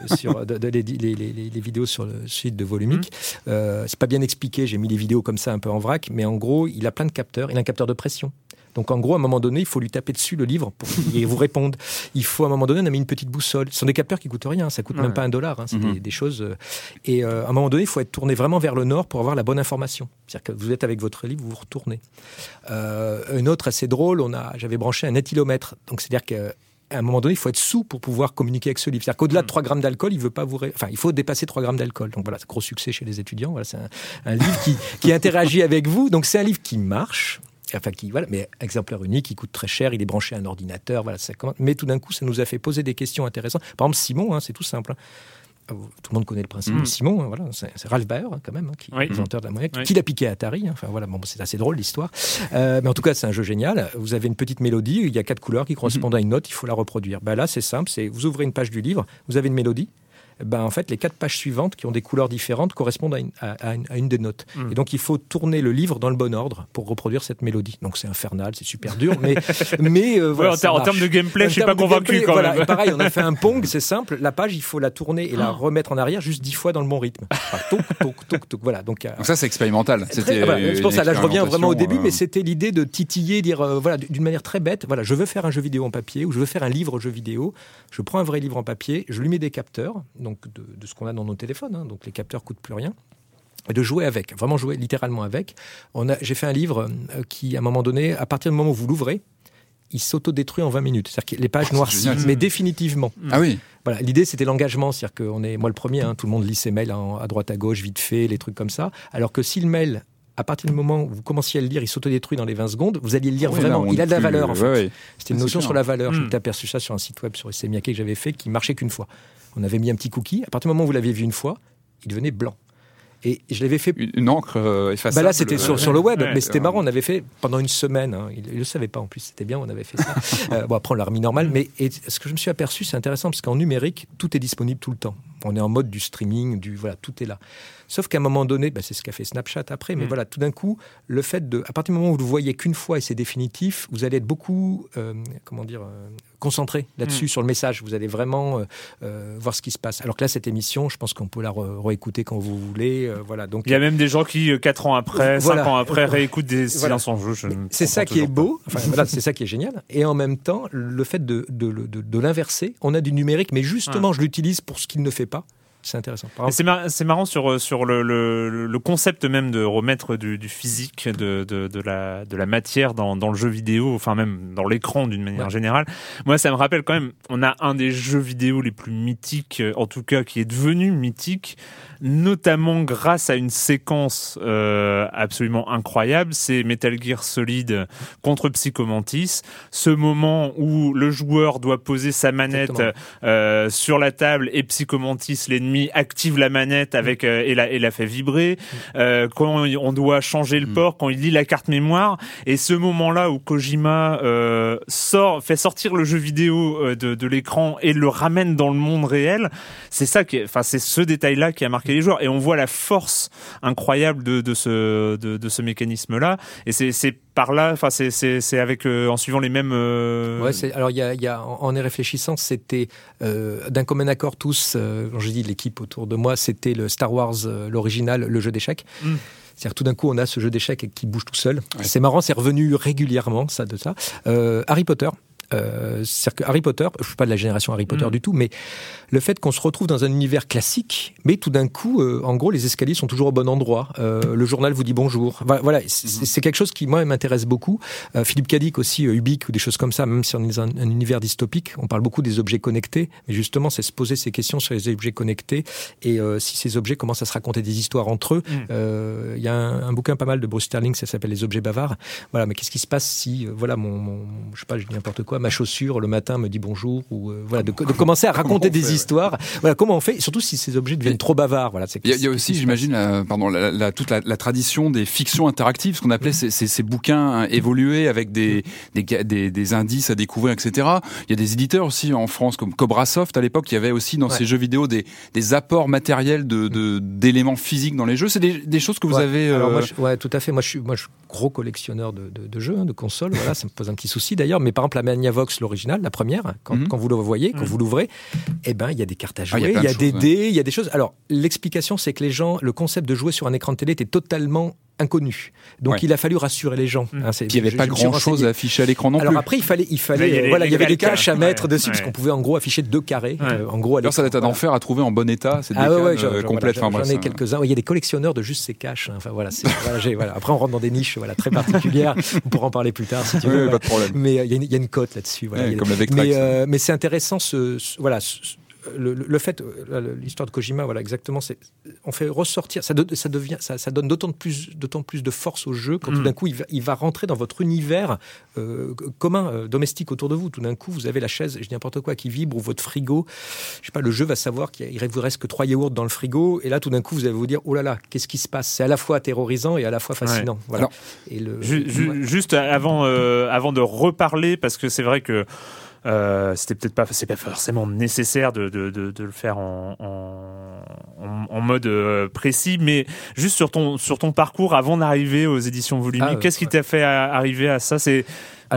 les vidéos sur le site de Volumic. C'est pas bien expliqué. J'ai mis les vidéos comme ça un peu en vrac, mais en gros, il a plein de capteurs. Il a un capteur de pression. Donc en gros, à un moment donné, il faut lui taper dessus le livre pour qu'il vous réponde. Il faut, à un moment donné, on a mis une petite boussole. Ce sont des capteurs qui coûtent rien, ça coûte même pas $1. Hein, c'est des choses. Et à un moment donné, il faut être tourné vraiment vers le nord pour avoir la bonne information. C'est-à-dire que vous êtes avec votre livre, vous vous retournez. Une autre assez drôle, j'avais branché un éthylomètre. Donc c'est-à-dire que à un moment donné, il faut être sous pour pouvoir communiquer avec ce livre. C'est-à-dire qu'au-delà de 3 grammes d'alcool, il faut dépasser 3 grammes d'alcool. Donc voilà, c'est gros succès chez les étudiants. Voilà, c'est un livre qui interagit avec vous. Donc c'est un livre qui marche. Mais exemplaire unique, il coûte très cher, il est branché à un ordinateur, mais tout d'un coup, ça nous a fait poser des questions intéressantes. Par exemple, Simon, c'est tout simple. Tout le monde connaît le principe de Simon, c'est Ralph Baer, quand même, qui est l'inventeur de la monnaie, qui l'a piqué à Atari. C'est assez drôle l'histoire. Mais en tout cas, c'est un jeu génial. Vous avez une petite mélodie, il y a 4 couleurs qui correspondent à une note, il faut la reproduire. Là, c'est simple, vous ouvrez une page du livre, vous avez une mélodie. En fait, les 4 pages suivantes qui ont des couleurs différentes correspondent à une des notes. Et donc, il faut tourner le livre dans le bon ordre pour reproduire cette mélodie. Donc, c'est infernal, c'est super dur, mais voilà, en termes de gameplay, je suis pas convaincu quand même. Et pareil, on a fait un Pong, c'est simple. La page, il faut la tourner et la remettre en arrière juste 10 fois dans le bon rythme. Toc. Voilà. Donc ça, c'est expérimental. C'est pour ça, là, je reviens vraiment au début, mais c'était l'idée de titiller, dire, d'une manière très bête, je veux faire un jeu vidéo en papier ou je veux faire un livre jeu vidéo. Je prends un vrai livre en papier, je lui mets des capteurs. Donc de ce qu'on a dans nos téléphones, donc les capteurs coûtent plus rien, et de jouer avec, vraiment jouer littéralement avec. J'ai fait un livre qui, à un moment donné, à partir du moment où vous l'ouvrez, il s'autodétruit en 20 minutes. C'est-à-dire que les pages noircissent, mais définitivement. Ah oui. Voilà, l'idée, c'était l'engagement. C'est-à-dire que moi le premier, tout le monde lit ses mails à droite à gauche, vite fait, les trucs comme ça. Alors que si le mail, à partir du moment où vous commenciez à le lire, il s'autodétruit dans les 20 secondes, vous alliez le lire vraiment. Il a de la valeur, en fait. C'était une notion sur la valeur. Je m'étais aperçu ça sur un site web sur Semiake que j'avais fait, qui marchait qu'une fois. On avait mis un petit cookie. À partir du moment où vous l'aviez vu une fois, il devenait blanc. Et je l'avais fait... Une encre effaçable. Là, c'était sur le web, mais c'était marrant. On avait fait pendant une semaine. Il ne le savait pas, en plus. C'était bien, on avait fait ça. Après, on l'a remis normal. Mais ce que je me suis aperçu, c'est intéressant, parce qu'en numérique, tout est disponible tout le temps. On est en mode du streaming, tout est là. Sauf qu'à un moment donné, c'est ce qu'a fait Snapchat après, mais voilà, tout d'un coup, le fait à partir du moment où vous le voyez qu'une fois et c'est définitif, vous allez être beaucoup, concentré là-dessus, sur le message. Vous allez vraiment voir ce qui se passe. Alors que là, cette émission, je pense qu'on peut la réécouter quand vous voulez. Donc, il y a même des gens qui, 4 ans après, 5 ans après, réécoutent des silences en jeu. C'est ça qui est beau, c'est ça qui est génial. Et en même temps, le fait de l'inverser, on a du numérique, mais justement, je l'utilise pour ce qu'il ne fait pas. C'est intéressant. C'est marrant sur le concept même de remettre du physique, de la matière dans le jeu vidéo, enfin même dans l'écran d'une manière générale. Moi, ça me rappelle quand même, on a un des jeux vidéo les plus mythiques, en tout cas qui est devenu mythique, notamment grâce à une séquence absolument incroyable, c'est Metal Gear Solid contre Psycho Mantis. Ce moment où le joueur doit poser sa manette sur la table et Psycho Mantis, l'ennemi, Konami active la manette avec et la fait vibrer, quand on doit changer le port, quand il lit la carte mémoire, et ce moment-là où Kojima fait sortir le jeu vidéo de l'écran et le ramène dans le monde réel, c'est ce détail-là qui a marqué les joueurs, et on voit la force incroyable de ce mécanisme-là, et c'est par là, enfin c'est avec en suivant les mêmes. Alors il y a en y réfléchissant, c'était d'un commun accord tous. Quand je dis l'équipe autour de moi, c'était le Star Wars, l'original, le jeu d'échecs. C'est-à-dire tout d'un coup on a ce jeu d'échecs qui bouge tout seul. Ouais. C'est marrant, c'est revenu régulièrement ça. Harry Potter. C'est-à-dire que Harry Potter, je ne suis pas de la génération Harry Potter du tout, mais le fait qu'on se retrouve dans un univers classique, mais tout d'un coup, en gros, les escaliers sont toujours au bon endroit. Le journal vous dit bonjour. Voilà, c'est quelque chose qui, moi, m'intéresse beaucoup. Philippe Cadic aussi, Ubik ou des choses comme ça, même si on est dans un univers dystopique, on parle beaucoup des objets connectés, mais justement, c'est se poser ces questions sur les objets connectés, et si ces objets commencent à se raconter des histoires entre eux. Il y a un bouquin pas mal de Bruce Sterling, ça s'appelle Les objets bavards. Voilà, mais qu'est-ce qui se passe si, je sais pas, je dis n'importe quoi, ma chaussure le matin me dit bonjour, ou de commencer à raconter des histoires. Voilà, comment on fait, et surtout si ces objets deviennent trop bavards. Voilà, il y a aussi, j'imagine, toute la tradition des fictions interactives, ce qu'on appelait ces bouquins évolués avec des indices à découvrir, etc. Il y a des éditeurs aussi en France comme Cobrasoft à l'époque, il y avait aussi dans ces jeux vidéo des apports matériels d'éléments physiques dans les jeux. C'est des choses que vous avez. Alors tout à fait. Moi, je suis gros collectionneur de jeux, de consoles. Voilà, ça me pose un petit souci d'ailleurs. Mais par exemple, la Magnavox, l'original, la première, quand vous le voyez, quand vous l'ouvrez, il y a des cartes à jouer, il y a des dés, il y a des choses. Alors, l'explication, c'est que le concept de jouer sur un écran de télé était totalement inconnu. Donc il a fallu rassurer les gens. Il n'y avait pas grand-chose à afficher à l'écran non plus. Alors après, il fallait, il y avait des caches à mettre dessus, parce qu'on pouvait en gros afficher 2 carrés. En gros, alors ça doit être un enfer à trouver en bon état. C'est complète. J'en ai quelques-uns. Il y a des collectionneurs de juste ces caches. Enfin voilà. Après, on rentre dans des niches très particulières. On pourra en parler plus tard si tu veux. Pas de problème. Mais il y a une cote là-dessus. Comme avec Trax. Mais c'est intéressant le fait, l'histoire de Kojima, voilà, exactement, on fait ressortir, ça donne d'autant plus de force au jeu quand tout d'un coup il va rentrer dans votre univers commun, domestique autour de vous. Tout d'un coup, vous avez la chaise, je dis n'importe quoi, qui vibre, ou votre frigo. Je sais pas, le jeu va savoir qu'il vous reste que 3 yaourts dans le frigo, et là, tout d'un coup, vous allez vous dire, oh là là, qu'est-ce qui se passe ? C'est à la fois terrorisant et à la fois fascinant. Ouais. Voilà. Alors, juste avant de reparler, parce que c'est vrai que c'est pas forcément nécessaire de le faire en mode précis, mais juste sur ton parcours avant d'arriver aux éditions volumiques, qu'est-ce qui t'a fait arriver à ça ? C'est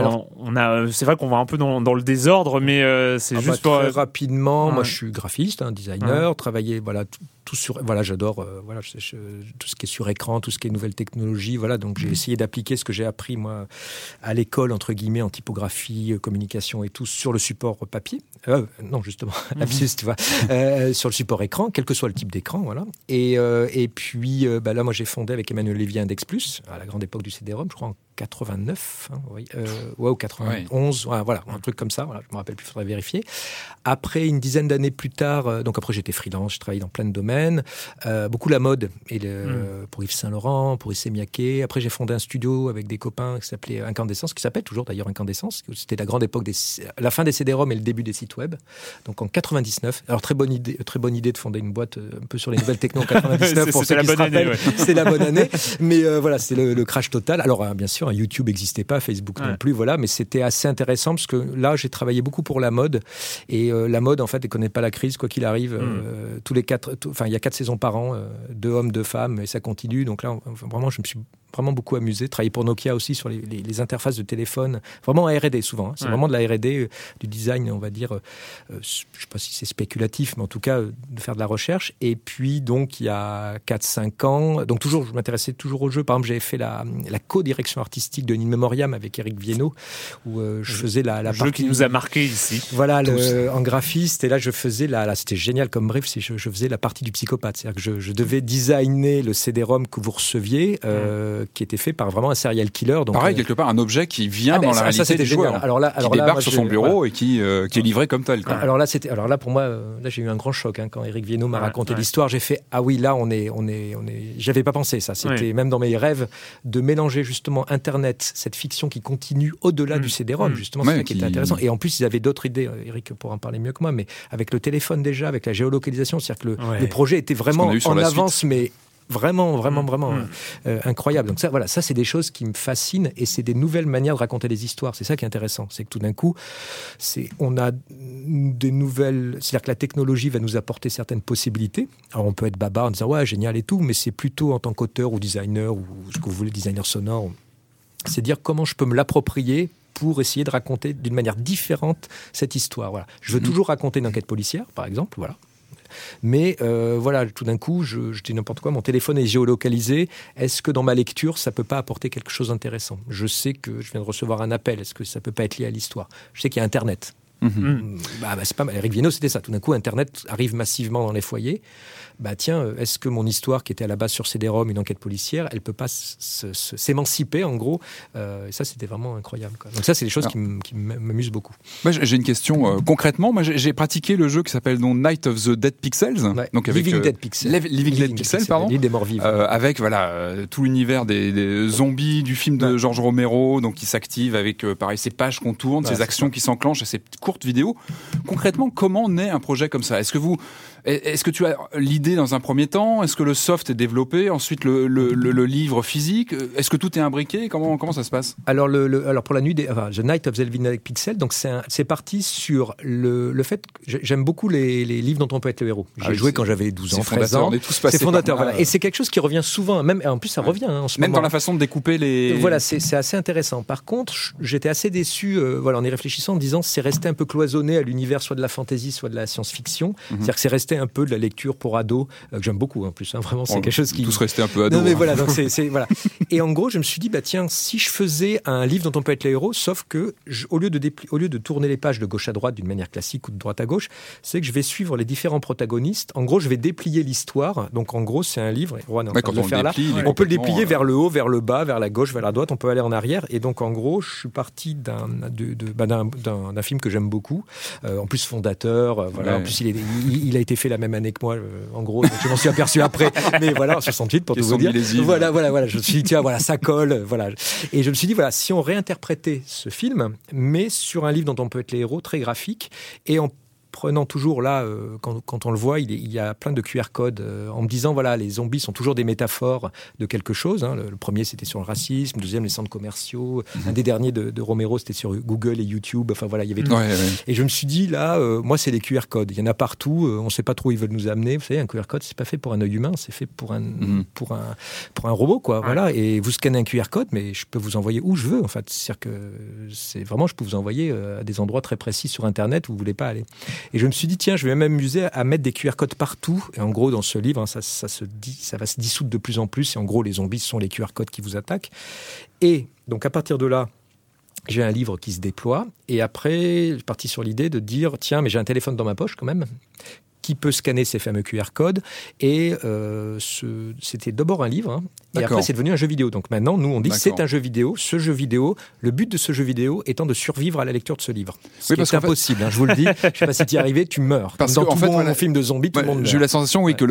vrai qu'on va un peu dans le désordre, mais c'est juste très rapidement. Moi, je suis graphiste, designer, travaillé tout sur. Voilà, j'adore tout ce qui est sur écran, tout ce qui est nouvelles technologies. Voilà, donc j'ai essayé d'appliquer ce que j'ai appris moi à l'école entre guillemets en typographie, communication et tout sur le support papier. Non, justement, lapsus, tu vois, sur le support écran, quel que soit le type d'écran, voilà. Et puis là, moi, j'ai fondé avec Emmanuel Lévy Index Plus à la grande époque du CD-ROM, je crois en 89, ou 91, voilà, un truc comme ça, voilà, je me rappelle plus, il faudrait vérifier. Après, une dizaine d'années plus tard, donc après j'étais freelance, je travaillais dans plein de domaines, beaucoup la mode, pour Yves Saint Laurent, pour Issey Miyake. Après j'ai fondé un studio avec des copains qui s'appelait Incandescence, qui s'appelle toujours d'ailleurs Incandescence, c'était la grande époque, la fin des CD-ROM et le début des sites web, donc en 99. Alors très bonne idée de fonder une boîte un peu sur les nouvelles techno en 99, pour ceux qui se rappellent, c'est la bonne année, mais voilà, c'est le crash total. Alors bien sûr, YouTube n'existait pas, Facebook non plus, voilà, mais c'était assez intéressant parce que là, j'ai travaillé beaucoup pour la mode, et la mode, en fait, elle ne connaît pas la crise, quoi qu'il arrive. Il y a 4 saisons par an, 2 hommes, 2 femmes, et ça continue. Donc là, vraiment, je me suis vraiment beaucoup amusé. Travailler pour Nokia aussi sur les interfaces de téléphone, vraiment en R&D souvent. C'est vraiment de la R&D, du design, on va dire, je ne sais pas si c'est spéculatif, mais en tout cas, de faire de la recherche. Et puis, donc, il y a 4-5 ans, donc toujours, je m'intéressais toujours au jeu. Par exemple, j'avais fait la co-direction artistique de In Memoriam avec Eric Viennot, où je faisais la jeu qui nous a marqué ici. Voilà, en graphiste. Et là, je faisais c'était génial comme brief, je faisais la partie du psychopathe. C'est-à-dire que je devais designer le CD-ROM que vous receviez, qui était fait par vraiment un serial killer. Donc, pareil, quelque part, un objet qui vient dans la réalité du joueur, qui débarque sur son bureau et qui est livré comme tel. Alors là, pour moi, là, j'ai eu un grand choc quand Éric Viennot m'a raconté l'histoire. J'ai fait ah oui, là, on est. J'avais pas pensé ça. C'était même dans mes rêves de mélanger justement Internet, cette fiction qui continue au-delà du CD-ROM. Justement, c'est ça qui était intéressant. Et en plus, ils avaient d'autres idées. Éric pourra en parler mieux que moi, mais avec le téléphone déjà, avec la géolocalisation, c'est-à-dire que le projet était vraiment en avance, mais vraiment incroyable. Donc ça c'est des choses qui me fascinent et c'est des nouvelles manières de raconter les histoires. C'est ça qui est intéressant, c'est que tout d'un coup, on a des nouvelles, c'est-à-dire que la technologie va nous apporter certaines possibilités. Alors on peut être baba en disant ouais génial et tout, mais c'est plutôt en tant qu'auteur ou designer ou ce que vous voulez, designer sonore, c'est dire comment je peux me l'approprier pour essayer de raconter d'une manière différente cette histoire. Voilà. Je veux toujours raconter une enquête policière, par exemple, voilà. Mais tout d'un coup, je dis n'importe quoi, mon téléphone est géolocalisé. Est-ce que dans ma lecture, ça ne peut pas apporter quelque chose d'intéressant ? Je sais que je viens de recevoir un appel. Est-ce que ça ne peut pas être lié à l'histoire ? Je sais qu'il y a Internet. C'est pas mal. Éric Viennot, c'était ça. Tout d'un coup, Internet arrive massivement dans les foyers. Est-ce que mon histoire, qui était à la base sur CD-ROM, une enquête policière, elle peut pas s'émanciper, en gros et ça, c'était vraiment incroyable, quoi. Donc ça, c'est des choses qui m'amusent beaucoup. Moi, j'ai une question. Concrètement, moi, j'ai pratiqué le jeu qui s'appelle Night of the Dead Pixels. Donc avec Living Dead Pixels. Living Dead Pixels, pardon. L'île des morts vivants. Avec tout l'univers des zombies du film de George Romero, donc qui s'active avec pareil ces pages qu'on tourne, ces actions qui s'enclenchent, et ces courtes vidéos. Concrètement, comment naît un projet comme ça ? Est-ce que tu as l'idée dans un premier temps ? Est-ce que le soft est développé ? Ensuite, le livre physique ? Est-ce que tout est imbriqué ? Comment ça se passe ? Alors, pour la nuit The Night of the Living Dead Pixels, donc c'est parti sur le fait que j'aime beaucoup les livres dont on peut être le héros. J'ai joué quand j'avais 12 ans, 13 ans. On est tous passés c'est fondateur, voilà. Et c'est quelque chose qui revient souvent, même, en plus ça revient en ce moment. Même dans la façon de découper les... Voilà, c'est assez intéressant. Par contre, j'étais assez déçu, en y réfléchissant, en disant c'est resté un peu cloisonné à l'univers soit de la fantasy, soit de la science-fiction. C'est-à-dire que c'est resté un peu de la lecture pour ados, que j'aime beaucoup en plus, vraiment c'est quelque chose qui... Tous restés un peu ados. Non mais voilà, donc voilà. Et en gros, je me suis dit, si je faisais un livre dont on peut être les héros, sauf que au lieu de tourner les pages de gauche à droite d'une manière classique ou de droite à gauche, c'est que je vais suivre les différents protagonistes. En gros, je vais déplier l'histoire. Donc en gros, c'est un livre, on peut le déplier vers le haut, vers le bas, vers la gauche, vers la droite, on peut aller en arrière. Et donc en gros, je suis parti d'un film que j'aime beaucoup, en plus fondateur, voilà. En plus il a été fait la même année que moi, en gros, donc je m'en suis aperçu après, mais voilà, en 68 pour tout vous dire. Voilà, je me suis dit, ça colle, voilà. Et je me suis dit, si on réinterprétait ce film, mais sur un livre dont on peut être les héros, très graphique, et en prenant toujours là, quand on le voit, il y a plein de QR codes, en me disant, les zombies sont toujours des métaphores de quelque chose. Hein. Le premier, c'était sur le racisme, le deuxième, les centres commerciaux. Un des derniers de Romero, c'était sur Google et YouTube. Il y avait tout. Et je me suis dit, moi, c'est des QR codes. Il y en a partout. On ne sait pas trop où ils veulent nous amener. Vous savez, un QR code, c'est pas fait pour un œil humain, c'est fait pour un robot, quoi. Ouais. Voilà. Et vous scannez un QR code, mais je peux vous envoyer où je veux, en fait. C'est-à-dire que je peux vous envoyer à des endroits très précis sur Internet où vous voulez pas aller. Et je me suis dit, tiens, je vais m'amuser à mettre des QR codes partout. Et en gros, dans ce livre, ça va se dissoudre de plus en plus. Et en gros, les zombies sont les QR codes qui vous attaquent. Et donc, à partir de là, j'ai un livre qui se déploie. Et après, je suis parti sur l'idée de dire, tiens, mais j'ai un téléphone dans ma poche quand même, qui peut scanner ces fameux QR codes. Et c'était d'abord un livre, hein, et après c'est devenu un jeu vidéo. Donc maintenant, nous on dit c'est un jeu vidéo. Ce jeu vidéo, le but de ce jeu vidéo étant de survivre à la lecture de ce livre. Ce qui est impossible, je vous le dis. Je ne sais pas si tu y arrives, tu meurs. Parce dans que, tout film de zombies, tout le monde meurt. J'ai eu la sensation, que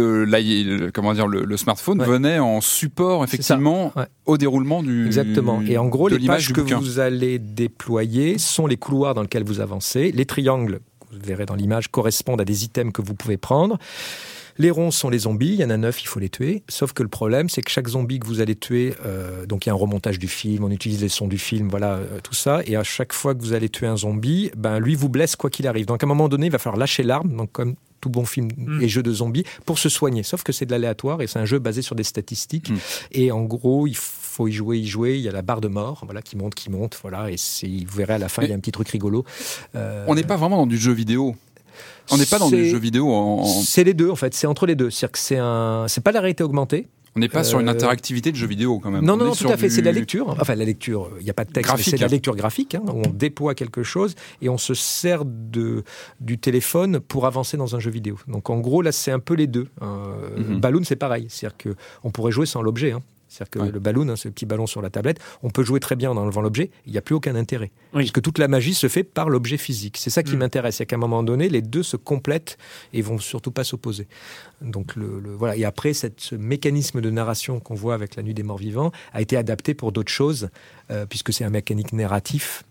le smartphone venait en support effectivement au déroulement du. Exactement. Et en gros, les pages que bouquin. vous allez déployer sont les couloirs dans lesquels vous avancez. Les triangles, vous verrez dans l'image, correspondent à des items que vous pouvez prendre. Les ronds sont les zombies, il y en a 9, il faut les tuer. Sauf que le problème, c'est que chaque zombie que vous allez tuer, donc il y a un remontage du film, on utilise les sons du film, tout ça. Et à chaque fois que vous allez tuer un zombie, lui vous blesse quoi qu'il arrive. Donc à un moment donné, il va falloir lâcher l'arme, donc comme tout bon film et jeu de zombies, pour se soigner. Sauf que c'est de l'aléatoire et c'est un jeu basé sur des statistiques. Et en gros, il faut y jouer. Il y a la barre de mort, qui monte, et vous verrez à la fin, il y a un petit truc rigolo. On n'est pas vraiment dans du jeu vidéo. On n'est pas dans du jeu vidéo C'est les deux, en fait. C'est entre les deux. C'est-à-dire que c'est pas la réalité augmentée. On n'est pas sur une interactivité de jeu vidéo, quand même. Non, tout à fait. C'est de la lecture. Enfin, la lecture, il n'y a pas de texte, graphique, mais c'est de la lecture graphique, où on déploie quelque chose et on se sert du téléphone pour avancer dans un jeu vidéo. Donc, en gros, là, c'est un peu les deux. Balloon, c'est pareil. C'est-à-dire qu'on pourrait jouer sans l'objet. C'est-à-dire que le balloon, ce petit ballon sur la tablette, on peut jouer très bien en enlevant l'objet, il n'y a plus aucun intérêt. Puisque toute la magie se fait par l'objet physique. C'est ça qui m'intéresse, c'est qu'à un moment donné, les deux se complètent et vont surtout pas s'opposer. Donc voilà. Et après, ce mécanisme de narration qu'on voit avec La Nuit des Morts Vivants a été adapté pour d'autres choses, puisque c'est une mécanique narrative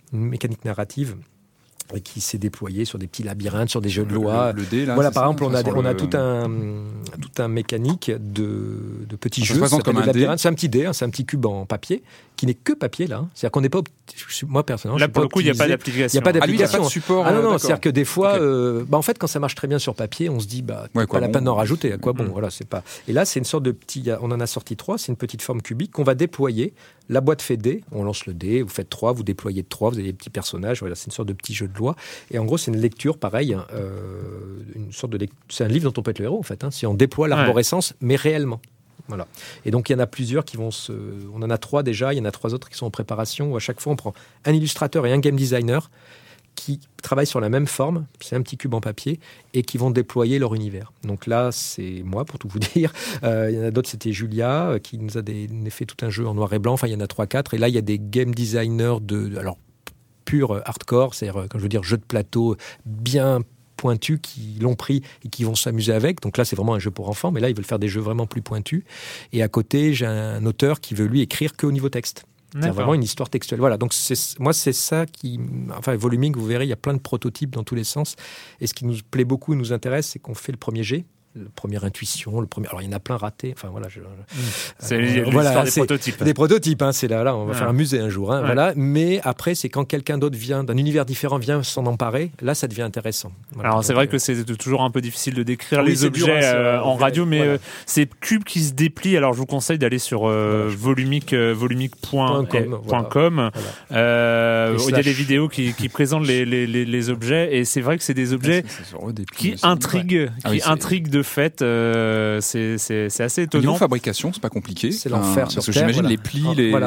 qui s'est déployé sur des petits labyrinthes, sur des jeux de loi. Le dé, là, voilà, par exemple, on a tout un mécanique de petits jeux. Comme un dé. C'est un petit dé, c'est un petit cube en papier qui n'est que papier là. C'est-à-dire qu'on n'est pas, moi personnellement, là pour le coup, il n'y a pas d'application. Il n'y a pas d'application. Il n'y a pas de support. Ah non, c'est-à-dire que des fois, en fait, quand ça marche très bien sur papier, on se dit, pas la peine d'en rajouter. À quoi bon, voilà, c'est pas. Et là, c'est une sorte de petit. On en a sorti 3. C'est une petite forme cubique qu'on va déployer. La boîte fait dé. On lance le dé. Vous faites 3. Vous déployez de 3. Vous avez des petits personnages. Voilà, c'est une sorte de petit jeu de loi. Et en gros, c'est une lecture, pareil, une sorte de. C'est un livre dont on peut être le héros, en fait. Si on déploie l'arborescence, mais réellement. Voilà. Et donc, il y en a plusieurs qui vont On en a 3 déjà, il y en a 3 autres qui sont en préparation, où à chaque fois, on prend un illustrateur et un game designer qui travaillent sur la même forme, c'est un petit cube en papier, et qui vont déployer leur univers. Donc là, c'est moi, pour tout vous dire. Il y en a d'autres, c'était Julia, qui nous a fait tout un jeu en noir et blanc. Enfin, il y en a 3-4. Et là, il y a des game designers alors, pur hardcore, c'est-à-dire, quand je veux dire, jeu de plateau bien pointus qui l'ont pris et qui vont s'amuser avec. Donc là, c'est vraiment un jeu pour enfants, mais là, ils veulent faire des jeux vraiment plus pointus. Et à côté, j'ai un auteur qui veut, lui, écrire qu'au niveau texte. C'est vraiment une histoire textuelle. Voilà, donc c'est ça qui... Enfin, Voluming, vous verrez, il y a plein de prototypes dans tous les sens. Et ce qui nous plaît beaucoup, nous intéresse, c'est qu'on fait le premier jet. La première intuition, alors il y en a plein ratés. Enfin voilà, c'est l'histoire des prototypes. Des prototypes, c'est là on va faire un musée un jour. Voilà. Mais après, c'est quand quelqu'un d'autre vient d'un univers différent, vient s'en emparer, là ça devient intéressant. Voilà. Alors c'est vrai que c'est toujours un peu difficile de décrire les objets en radio, mais ces cubes qui se déplient. Alors je vous conseille d'aller sur volumique.com. Il y a des vidéos qui présentent les objets, et c'est vrai que c'est des objets qui intriguent, de fait, c'est assez étonnant. Niveau fabrication, c'est pas compliqué. C'est l'enfer sur Terre. Parce que voilà. j'imagine les plis,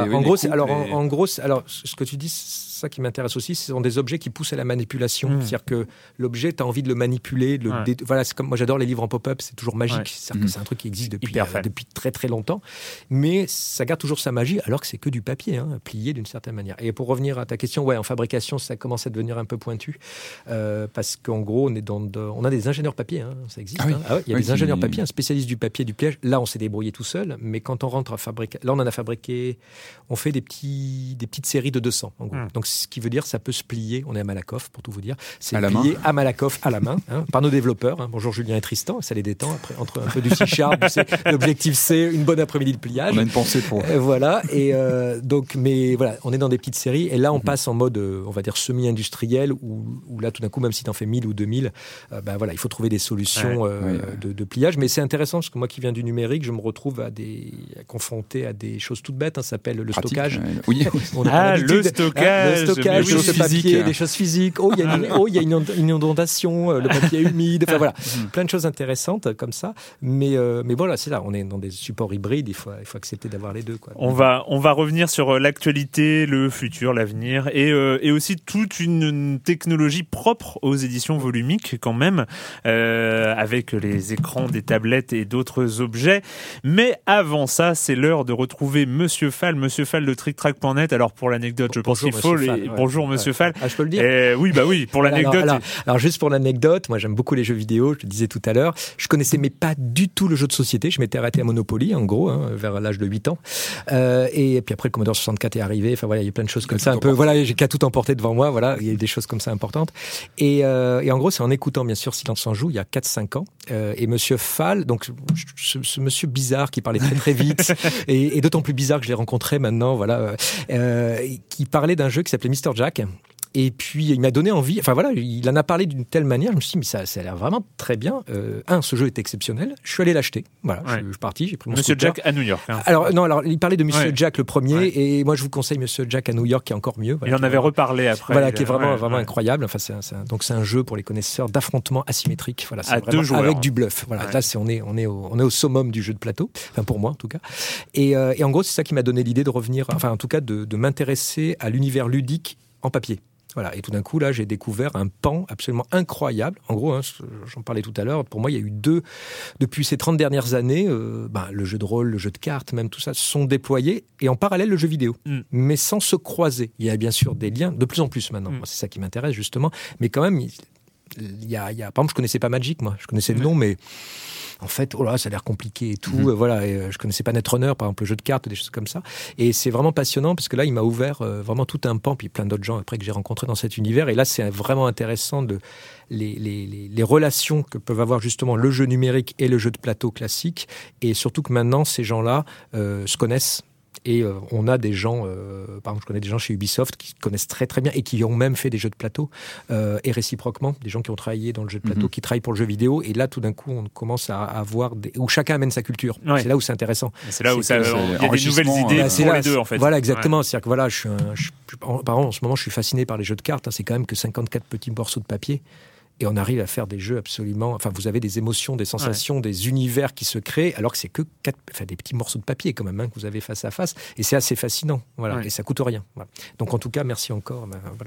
En gros, ce que tu dis, ça qui m'intéresse aussi, ce sont des objets qui poussent à la manipulation. C'est-à-dire que l'objet, tu as envie de le manipuler. Voilà, c'est comme moi, j'adore les livres en pop-up, c'est toujours magique. C'est-à-dire que c'est un truc qui existe depuis très très longtemps, mais ça garde toujours sa magie, alors que c'est que du papier, plié d'une certaine manière. Et pour revenir à ta question, en fabrication, ça commence à devenir un peu pointu, parce qu'en gros, on a des ingénieurs papier, ça existe. Il y a des ingénieurs papier, un spécialiste du papier, du pliage. Là, on s'est débrouillé tout seul, mais quand on rentre à fabriquer, là, on en a fabriqué, on fait des petites séries de 200, en gros. Donc, ce qui veut dire, ça peut se plier. On est à Malakoff, pour tout vous dire. C'est plié à Malakoff, à la main, par nos développeurs. Bonjour Julien et Tristan, ça les détend. Après, entre un peu du C-Sharp, l'objectif c'est une bonne après-midi de pliage. On a une pensée pour. Voilà. Et donc, mais voilà, on est dans des petites séries. Et là, on passe en mode, on va dire, semi-industriel, où là, tout d'un coup, même si tu en fais 1000 ou 2000, il faut trouver des solutions de pliage. Mais c'est intéressant, parce que moi qui viens du numérique, je me retrouve confronté à des choses toutes bêtes. Ça s'appelle le stockage. Oui. Le stockage. Des choses papier, des choses physiques. Il y a une inondation, le papier est humide. Enfin voilà, plein de choses intéressantes comme ça. Mais voilà, c'est là. On est dans des supports hybrides. Il faut accepter d'avoir les deux, quoi. On va revenir sur l'actualité, le futur, l'avenir, et aussi toute une technologie propre aux éditions volumiques quand même, avec les écrans des tablettes et d'autres objets. Mais avant ça, c'est l'heure de retrouver Monsieur Fall de TrickTrack.net. Alors pour l'anecdote, je pense qu'il faut. Bonjour Monsieur Fall. Je peux le dire. Oui, pour l'anecdote. Alors juste pour l'anecdote, moi j'aime beaucoup les jeux vidéo, je le disais tout à l'heure. Je connaissais mais pas du tout le jeu de société. Je m'étais arrêté à Monopoly, en gros, vers l'âge de 8 ans. Et puis après le Commodore 64 est arrivé. Enfin voilà, il y a plein de choses comme ça. J'ai qu'à tout emporter devant moi. Voilà, il y a des choses comme ça importantes. Et en gros, c'est en écoutant bien sûr Silence en joue il y a 4-5 ans. Et Monsieur Fall, donc ce monsieur bizarre qui parlait très très vite, et d'autant plus bizarre que je l'ai rencontré maintenant, voilà, qui parlait d'un jeu qui s'appelait Mr. Jack. Et puis, il m'a donné envie, il en a parlé d'une telle manière, je me suis dit, mais ça a l'air vraiment très bien. Ce jeu est exceptionnel. Je suis allé l'acheter. Voilà, je suis parti, j'ai pris mon Monsieur scooter. Jack à New York. Alors, il parlait de Monsieur Jack le premier, et moi, je vous conseille Monsieur Jack à New York, qui est encore mieux. Voilà, il en avait reparlé après. Voilà, qui est vraiment incroyable. Enfin, donc, c'est un jeu pour les connaisseurs d'affrontement asymétrique. Voilà, c'est à vraiment 2 joueurs. Avec du bluff. Voilà, là, on est au summum du jeu de plateau. Enfin, pour moi, en tout cas. Et en gros, c'est ça qui m'a donné l'idée de revenir, en tout cas, de m'intéresser à l'univers ludique en papier. Voilà. Et tout d'un coup, là, j'ai découvert un pan absolument incroyable. En gros, j'en parlais tout à l'heure, pour moi, il y a eu depuis ces 30 dernières années, le jeu de rôle, le jeu de cartes, même tout ça, sont déployés, et en parallèle, le jeu vidéo. Mais sans se croiser. Il y a bien sûr des liens, de plus en plus maintenant. Moi, c'est ça qui m'intéresse, justement. Mais quand même, il y a, par exemple, je connaissais pas Magic, moi. Je connaissais le nom, mais en fait, ça a l'air compliqué et tout. Je connaissais pas Netrunner, par exemple, le jeu de cartes, des choses comme ça. Et c'est vraiment passionnant parce que là, il m'a ouvert vraiment tout un pan, puis plein d'autres gens après que j'ai rencontrés dans cet univers. Et là, c'est vraiment intéressant les relations que peuvent avoir justement le jeu numérique et le jeu de plateau classique. Et surtout que maintenant, ces gens-là se connaissent. Et on a des gens, par exemple, je connais des gens chez Ubisoft qui connaissent très très bien et qui ont même fait des jeux de plateau, et réciproquement, des gens qui ont travaillé dans le jeu de plateau, qui travaillent pour le jeu vidéo. Et là, tout d'un coup, on commence à avoir où chacun amène sa culture. Ouais. C'est là où c'est intéressant. C'est là où il y a des nouvelles idées pour les deux, en fait. Voilà, exactement. Ouais. C'est-à-dire que voilà, par exemple, en ce moment, je suis fasciné par les jeux de cartes. C'est quand même que 54 petits morceaux de papier. Et on arrive à faire des jeux absolument... Enfin, vous avez des émotions, des sensations, des univers qui se créent, alors que c'est que des petits morceaux de papier, quand même, que vous avez face à face. Et c'est assez fascinant. Voilà. Ouais. Et ça coûte rien. Voilà. Donc, en tout cas, merci encore.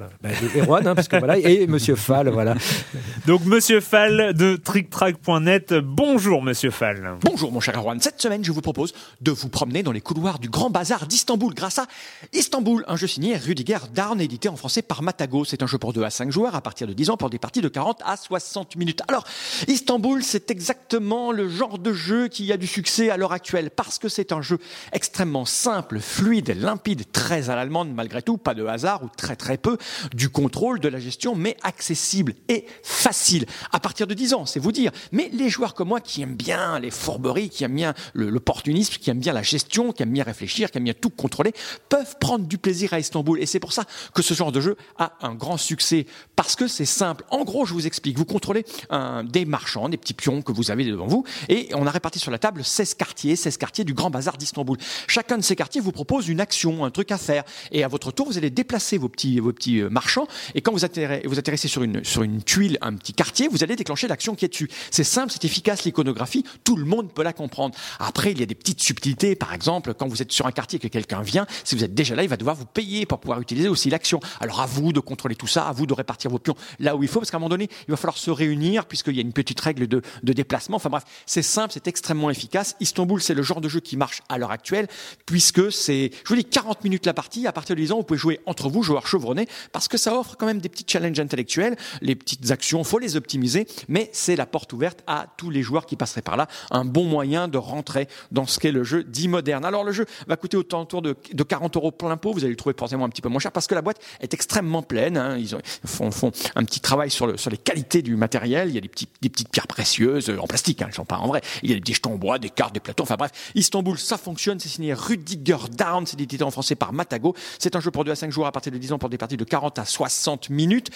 Et Erwan, parce que voilà. Et Monsieur Fall, voilà. Donc, Monsieur Fall de TrickTrack.net. Bonjour, Monsieur Fall. Bonjour, mon cher Erwan. Cette semaine, je vous propose de vous promener dans les couloirs du Grand Bazar d'Istanbul grâce à Istanbul, un jeu signé Rudiger Darn, édité en français par Matago. C'est un jeu pour 2 à 5 joueurs à partir de 10 ans pour des parties de 40 à 60 minutes. Alors, Istanbul, c'est exactement le genre de jeu qui a du succès à l'heure actuelle parce que c'est un jeu extrêmement simple, fluide, limpide, très à l'allemande malgré tout, pas de hasard ou très très peu, du contrôle, de la gestion, mais accessible et facile. À partir de 10 ans, c'est vous dire. Mais les joueurs comme moi qui aiment bien les fourberies, qui aiment bien l'opportunisme, qui aiment bien la gestion, qui aiment bien réfléchir, qui aiment bien tout contrôler, peuvent prendre du plaisir à Istanbul. Et c'est pour ça que ce genre de jeu a un grand succès parce que c'est simple. En gros, je vous explique. Vous contrôlez des marchands, des petits pions que vous avez devant vous, et on a réparti sur la table 16 quartiers du Grand Bazar d'Istanbul. Chacun de ces quartiers vous propose une action, un truc à faire, et à votre tour, vous allez déplacer vos petits marchands, et quand vous atterrissez sur une tuile, un petit quartier, vous allez déclencher l'action qui est dessus. C'est simple, c'est efficace, l'iconographie, tout le monde peut la comprendre. Après, il y a des petites subtilités, par exemple, quand vous êtes sur un quartier et que quelqu'un vient, si vous êtes déjà là, il va devoir vous payer pour pouvoir utiliser aussi l'action. Alors à vous de contrôler tout ça, à vous de répartir vos pions là où il faut, parce qu'à un moment donné, il va falloir se réunir puisqu'il y a une petite règle de déplacement. Enfin bref, c'est simple, c'est extrêmement efficace. Istanbul, c'est le genre de jeu qui marche à l'heure actuelle puisque c'est, je vous dis, 40 minutes la partie. À partir de 10 ans, vous pouvez jouer entre vous, joueurs chevronnés, parce que ça offre quand même des petits challenges intellectuels. Les petites actions, faut les optimiser, mais c'est la porte ouverte à tous les joueurs qui passeraient par là. Un bon moyen de rentrer dans ce qu'est le jeu dit moderne. Alors le jeu va coûter autour de 40 € plein pot. Vous allez le trouver forcément un petit peu moins cher parce que la boîte est extrêmement pleine. Ils font un petit travail sur les qualités du matériel. Il y a des petites pierres précieuses en plastique, elles ne sont pas en vrai. Il y a des petits jetons en bois, des cartes, des plateaux. Enfin bref, Istanbul, ça fonctionne. C'est signé Rudiger Darn, c'est édité en français par Matago. C'est un jeu pour 2 à 5 joueurs à partir de 10 ans pour des parties de 40 à 60 minutes.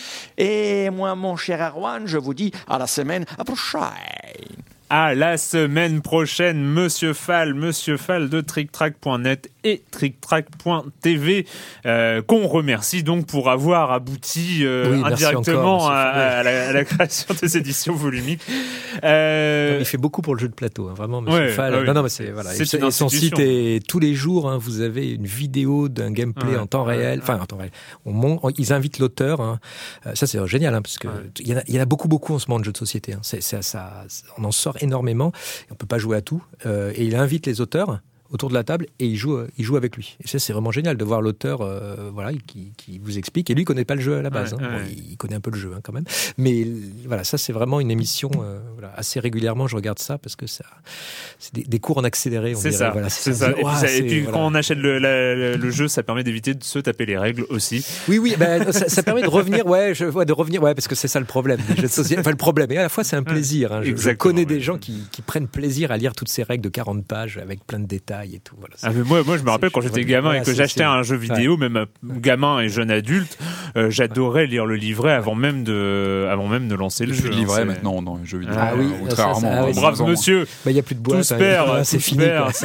Et moi, mon cher Erwan, je vous dis à la semaine prochaine. À la semaine prochaine, Monsieur Fall de TrickTrack.net et TrickTrack.tv, qu'on remercie donc pour avoir abouti indirectement à la création des éditions volumiques. Il fait beaucoup pour le jeu de plateau, vraiment, Monsieur Fall. Non, mais c'est voilà. Et son site est tous les jours. Vous avez une vidéo d'un gameplay en temps réel. Enfin, en temps réel. Ils invitent l'auteur. Ça, c'est génial, parce que il y en a beaucoup en ce moment de jeux de société. On en sort énormément, on peut pas jouer à tout, et il invite les auteurs autour de la table et il joue avec lui. Et ça, c'est vraiment génial de voir l'auteur qui vous explique. Et lui, il connaît pas le jeu à la base. Bon, il connaît un peu le jeu quand même. Mais voilà, ça, c'est vraiment une émission. Assez régulièrement, je regarde ça parce que c'est des cours en accéléré. C'est ça. Voilà, c'est ça. Et puis quand on achète le jeu, ça permet d'éviter de se taper les règles aussi. Oui. Ça permet de revenir. Parce que c'est ça le problème des jeux de société. Enfin, le problème. Et à la fois, c'est un plaisir. Je connais des gens qui prennent plaisir à lire toutes ces règles de 40 pages avec plein de détails. Et tout, voilà, mais moi je me rappelle quand j'étais gamin et que j'achetais un jeu vidéo, même gamin et jeune adulte, j'adorais lire le livret avant même de lancer le jeu. Le livret maintenant dans les jeux vidéo. Très rarement. Brave monsieur. Il y a plus de boîte. Tout se perd, c'est fini.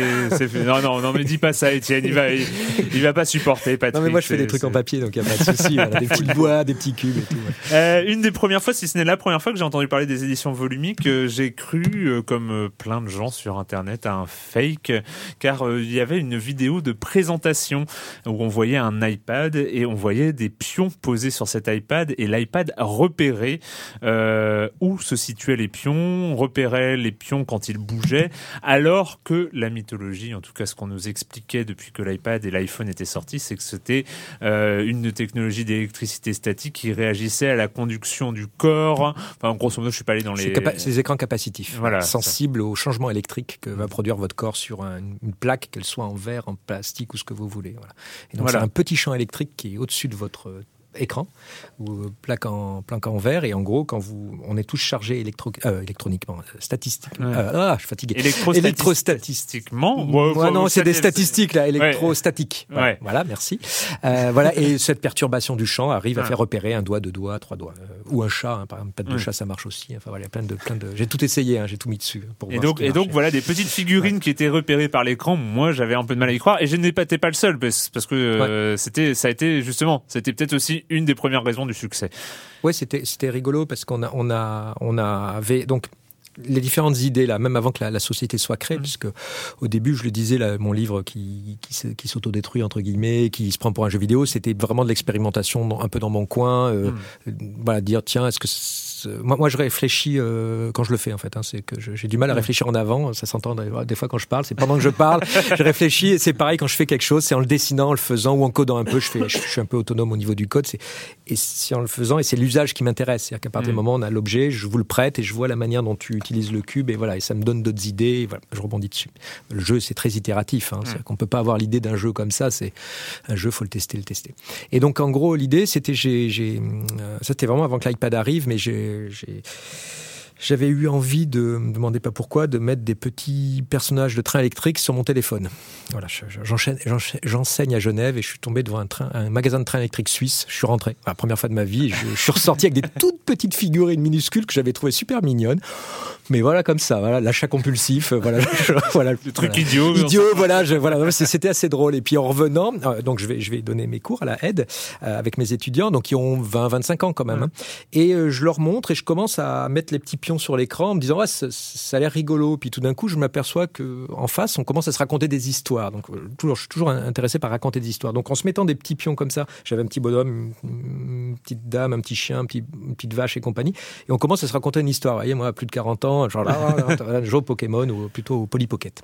Non, mais dis pas ça, Étienne. Il va pas supporter. Patrick. Non, mais moi je fais des trucs en papier, donc il y a pas de souci. Des petites boîtes, des petits cubes et tout. Une des premières fois, si ce n'est la première fois que j'ai entendu parler des éditions volumiques, j'ai cru, comme plein de gens sur Internet, à un fake. Car il y avait une vidéo de présentation où on voyait un iPad et on voyait des pions posés sur cet iPad et l'iPad repérait où se situaient les pions, repérait les pions quand ils bougeaient, alors que la mythologie, en tout cas ce qu'on nous expliquait depuis que l'iPad et l'iPhone étaient sortis, c'est que c'était une technologie d'électricité statique qui réagissait à la conduction du corps. Enfin, grosso modo, je suis pas allé dans les... C'est des écrans capacitifs, voilà, sensibles au changement électrique que va produire votre corps sur une plaque, qu'elle soit en verre, en plastique ou ce que vous voulez. Voilà. Et donc, c'est un petit champ électrique qui est au-dessus de votre écran ou plaque en verre, et en gros on est tous chargés électroniquement, statistiquement. Je suis fatigué. Électrostatistiquement. Non, c'est des statistiques là, électrostatiques. Ouais. Voilà, merci. Voilà, et cette perturbation du champ arrive à faire repérer un doigt, 2 doigts, 3 doigts, ou un chat. Par exemple, patte de chat, ça marche aussi. Enfin voilà, il y a plein de. J'ai tout essayé, j'ai tout mis dessus pour voir. Et donc voilà, des petites figurines qui étaient repérées par l'écran. Moi, j'avais un peu de mal à y croire, et je n'étais pas le seul parce que c'était peut-être aussi une des premières raisons du succès. Ouais, c'était rigolo parce qu'on avait donc les différentes idées là, même avant que la société soit créée, puisque au début, je le disais, là, mon livre qui s'autodétruit entre guillemets, qui se prend pour un jeu vidéo, c'était vraiment de l'expérimentation un peu dans mon coin, voilà, dire tiens, est-ce que moi je réfléchis quand je le fais en fait, c'est que j'ai du mal à réfléchir en avant, ça s'entend des fois quand je parle, c'est pendant que je parle, je réfléchis, et c'est pareil quand je fais quelque chose, c'est en le dessinant, en le faisant ou en codant un peu, je suis un peu autonome au niveau du code, et c'est en le faisant, et c'est l'usage qui m'intéresse, c'est-à-dire qu'à partir du moment où on a l'objet, je vous le prête et je vois la manière dont tu utilises le cube, et voilà, et ça me donne d'autres idées, et voilà, je rebondis dessus. Le jeu, c'est très itératif, c'est-à-dire qu'on peut pas avoir l'idée d'un jeu comme ça, c'est un jeu, faut le tester. Et donc en gros, l'idée, c'était ça c'était vraiment avant que l'iPad arrive, mais j'avais eu envie de, me demandez pas pourquoi, de mettre des petits personnages de train électrique sur mon téléphone. Voilà, j'enseigne à Genève et je suis tombé devant un magasin de train électrique suisse. Je suis rentré, la première fois de ma vie, je suis ressorti avec des toutes petites figurines minuscules que j'avais trouvées super mignonnes. Mais voilà, comme ça, voilà, l'achat compulsif, voilà, le truc idiot, voilà, c'était assez drôle. Et puis en revenant, donc je vais donner mes cours à la aide avec mes étudiants, donc qui ont 20-25 ans quand même, et je leur montre et je commence à mettre les petits pions sur l'écran en me disant ça a l'air rigolo. Puis tout d'un coup, je m'aperçois que en face, on commence à se raconter des histoires. Donc je suis toujours intéressé par raconter des histoires. Donc en se mettant des petits pions comme ça, j'avais un petit bonhomme, une petite dame, un petit chien, une petite vache et compagnie, et on commence à se raconter une histoire. Vous voyez, moi, à plus de 40 ans. Genre là, je joue au Pokémon ou plutôt au Polly Pocket.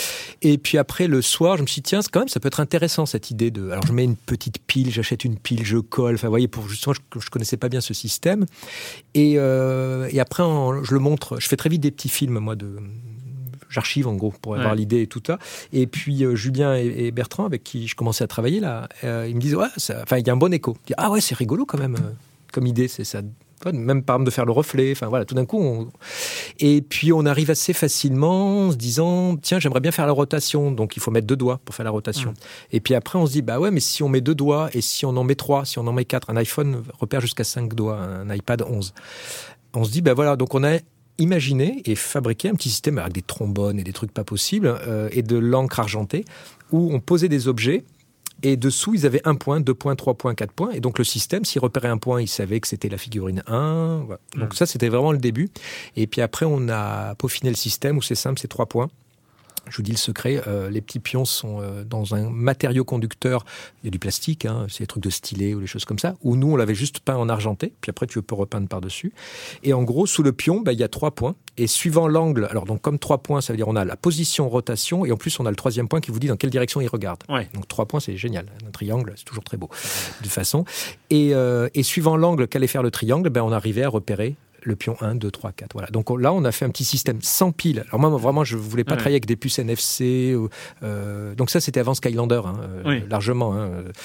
Et puis après, le soir, je me suis dit, tiens, ça peut être intéressant cette idée de. Alors, je mets une petite pile, j'achète une pile, je colle. Enfin, vous voyez, justement, je connaissais pas bien ce système. Et après, je le montre. Je fais très vite des petits films, moi, j'archive en gros pour avoir l'idée et tout ça. Et puis Julien et Bertrand, avec qui je commençais à travailler là, ils me disent, il y a un bon écho. Je dis, c'est rigolo quand même comme idée, c'est ça. Même par exemple de faire le reflet, enfin voilà, tout d'un coup et puis on arrive assez facilement en se disant tiens, j'aimerais bien faire la rotation, donc il faut mettre 2 doigts pour faire la rotation. Et puis après on se dit mais si on met 2 doigts et si on en met 3, si on en met 4, un iPhone repère jusqu'à 5 doigts, un iPad 11. On se dit voilà, donc on a imaginé et fabriqué un petit système avec des trombones et des trucs pas possibles et de l'encre argentée où on posait des objets. Et dessous, ils avaient 1 point, 2 points, 3 points, 4 points. Et donc, le système, s'il repérait un point, il savait que c'était la figurine 1. Voilà. Donc, ça, c'était vraiment le début. Et puis après, on a peaufiné le système où c'est simple, c'est 3 points. Je vous dis le secret, les petits pions sont dans un matériau conducteur. Il y a du plastique, c'est des trucs de stylet ou des choses comme ça. Où nous, on l'avait juste peint en argenté. Puis après, tu peux repeindre par-dessus. Et en gros, sous le pion, il y a 3 points. Et suivant l'angle, alors donc comme 3 points, ça veut dire on a la position, rotation, et en plus on a le 3e point qui vous dit dans quelle direction il regarde. Donc 3 points, c'est génial. Un triangle, c'est toujours très beau de toute façon. Et suivant l'angle qu'allait faire le triangle, on arrivait à repérer le pion 1, 2, 3, 4. Voilà. Donc là, on a fait un petit système sans pile. Alors moi, vraiment, je ne voulais pas travailler avec des puces NFC. Donc ça, c'était avant Skylander, largement,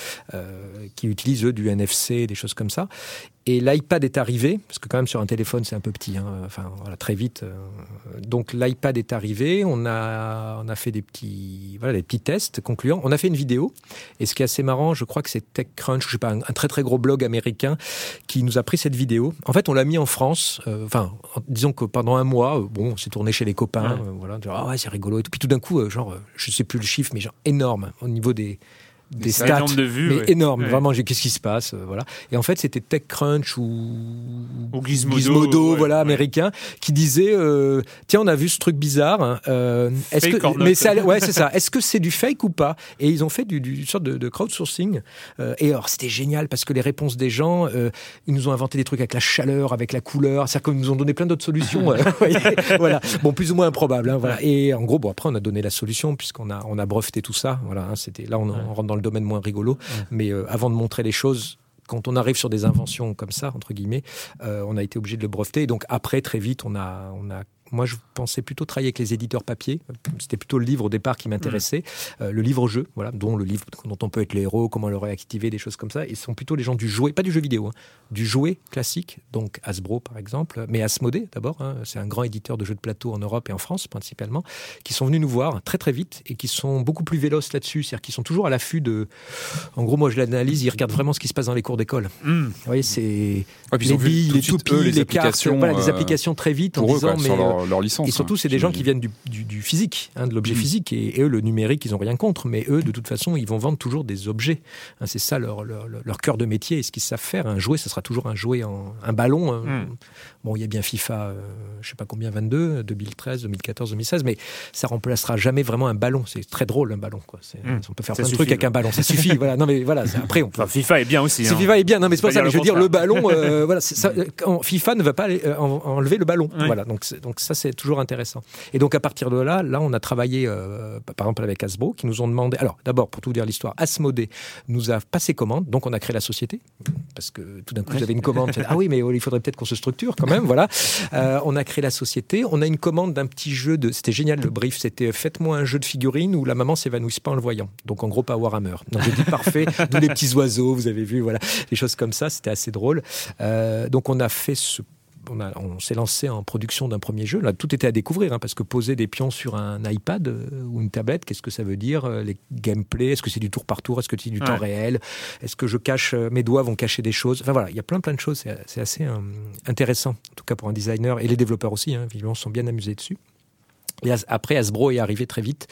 qui utilisent, eux, du NFC, des choses comme ça. Et l'iPad est arrivé, parce que quand même sur un téléphone c'est un peu petit, très vite. Donc l'iPad est arrivé, on a fait des petits tests concluants. On a fait une vidéo, et ce qui est assez marrant, je crois que c'est TechCrunch, je sais pas, un très très gros blog américain qui nous a pris cette vidéo. En fait, on l'a mis en France. Disons que pendant 1 mois, on s'est tourné chez les copains, c'est rigolo. Et puis tout d'un coup, je sais plus le chiffre, mais énorme au niveau des des stats de vues, mais énormes. Vraiment, qu'est-ce qui se passe, voilà. Et en fait, c'était TechCrunch ou Gizmodo, voilà, américain, qui disait tiens, on a vu ce truc bizarre. Est-ce que, mais ça, ouais, c'est ça. Est-ce que c'est du fake ou pas? Et ils ont fait du sorte de crowdsourcing. Et alors, c'était génial parce que les réponses des gens, ils nous ont inventé des trucs avec la chaleur, avec la couleur. C'est-à-dire qu'ils nous ont donné plein d'autres solutions. Voilà. Bon, plus ou moins improbable. Hein, voilà. Et en gros, bon, après, on a donné la solution puisqu'on a breveté tout ça. Voilà. Hein, c'était là, on rentre dans le domaine moins rigolo. Mais avant de montrer les choses. Quand on arrive sur des inventions comme ça, entre guillemets, on a été obligé de le breveter. Et donc après, très vite, moi, je pensais plutôt travailler avec les éditeurs papier. C'était plutôt le livre au départ qui m'intéressait. Le livre-jeu, voilà, dont le livre dont on peut être le héros, comment le réactiver, des choses comme ça. Et ce sont plutôt les gens du jouet, pas du jeu vidéo, hein, du jouet classique, donc Hasbro par exemple, mais Asmodée d'abord. Hein, c'est un grand éditeur de jeux de plateau en Europe et en France principalement, qui sont venus nous voir très très vite et qui sont beaucoup plus véloces là-dessus. C'est-à-dire qu'ils sont toujours à l'affût de... En gros, moi je l'analyse, ils regardent vraiment ce qui se passe dans les cours d'école. Vous voyez, c'est les billes, les toupies, les cartes, voilà, des applications très vite en disant... Leur licence, et surtout, c'est des gens qui viennent du physique, hein, de l'objet physique. Et eux, le numérique, ils n'ont rien contre. Mais eux, de toute façon, ils vont vendre toujours des objets. Hein, c'est ça leur cœur de métier et ce qu'ils savent faire. Un jouet, ça sera toujours un jouet, un ballon. Hein. Bon, il y a bien FIFA, je ne sais pas combien, 22, 2013, 2014, 2016. Mais ça ne remplacera jamais vraiment un ballon. C'est très drôle, un ballon. Quoi. On peut faire plein de trucs avec un ballon. Ça suffit. Voilà. Non, mais voilà, après, on peut... Enfin, FIFA est bien aussi. Hein. FIFA est bien. Non, mais c'est pas ça. Mais je veux dire, le ballon, voilà, ça, FIFA ne va pas enlever le ballon. Oui. Voilà. Donc ça, c'est toujours intéressant. Et donc à partir de là, on a travaillé par exemple avec Hasbro qui nous ont demandé, alors d'abord pour tout dire l'histoire, Asmodée nous a passé commande, donc on a créé la société parce que tout d'un coup j'avais une commande, ah oui mais il faudrait peut-être qu'on se structure quand même, voilà. On a créé la société, on a une commande d'un petit jeu c'était génial le brief, c'était faites-moi un jeu de figurines où la maman s'évanouisse pas en le voyant. Donc en gros pas Warhammer. Donc j'ai dit parfait, d'où les petits oiseaux, vous avez vu, voilà, des choses comme ça, c'était assez drôle. Donc on a fait on s'est lancé en production d'un premier jeu. Là, tout était à découvrir, hein, parce que poser des pions sur un iPad ou une tablette, qu'est-ce que ça veut dire? Les gameplays, est-ce que c'est du tour par tour? Est-ce que c'est du temps réel? Est-ce que mes doigts vont cacher des choses? Enfin voilà, il y a plein de choses. C'est assez intéressant, en tout cas pour un designer. Et les développeurs aussi, hein, évidemment, sont bien amusés dessus. Et après, Hasbro est arrivé très vite,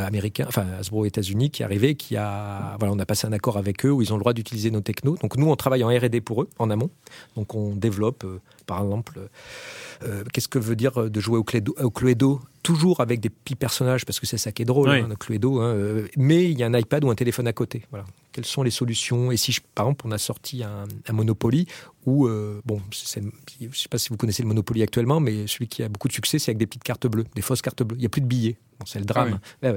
Hasbro États-Unis qui est arrivé, on a passé un accord avec eux où ils ont le droit d'utiliser nos technos. Donc nous, on travaille en R&D pour eux, en amont. Donc on développe, par exemple, qu'est-ce que veut dire de jouer au Cluedo, toujours avec des petits personnages, parce que c'est ça qui est drôle, le Cluedo, hein, mais il y a un iPad ou un téléphone à côté. Voilà. Quelles sont les solutions? Et si, par exemple, on a sorti un Monopoly où, je ne sais pas si vous connaissez le Monopoly actuellement, mais celui qui a beaucoup de succès, c'est avec des petites cartes bleues, des fausses cartes bleues. Il n'y a plus de billets. Bon, c'est le drame. Ça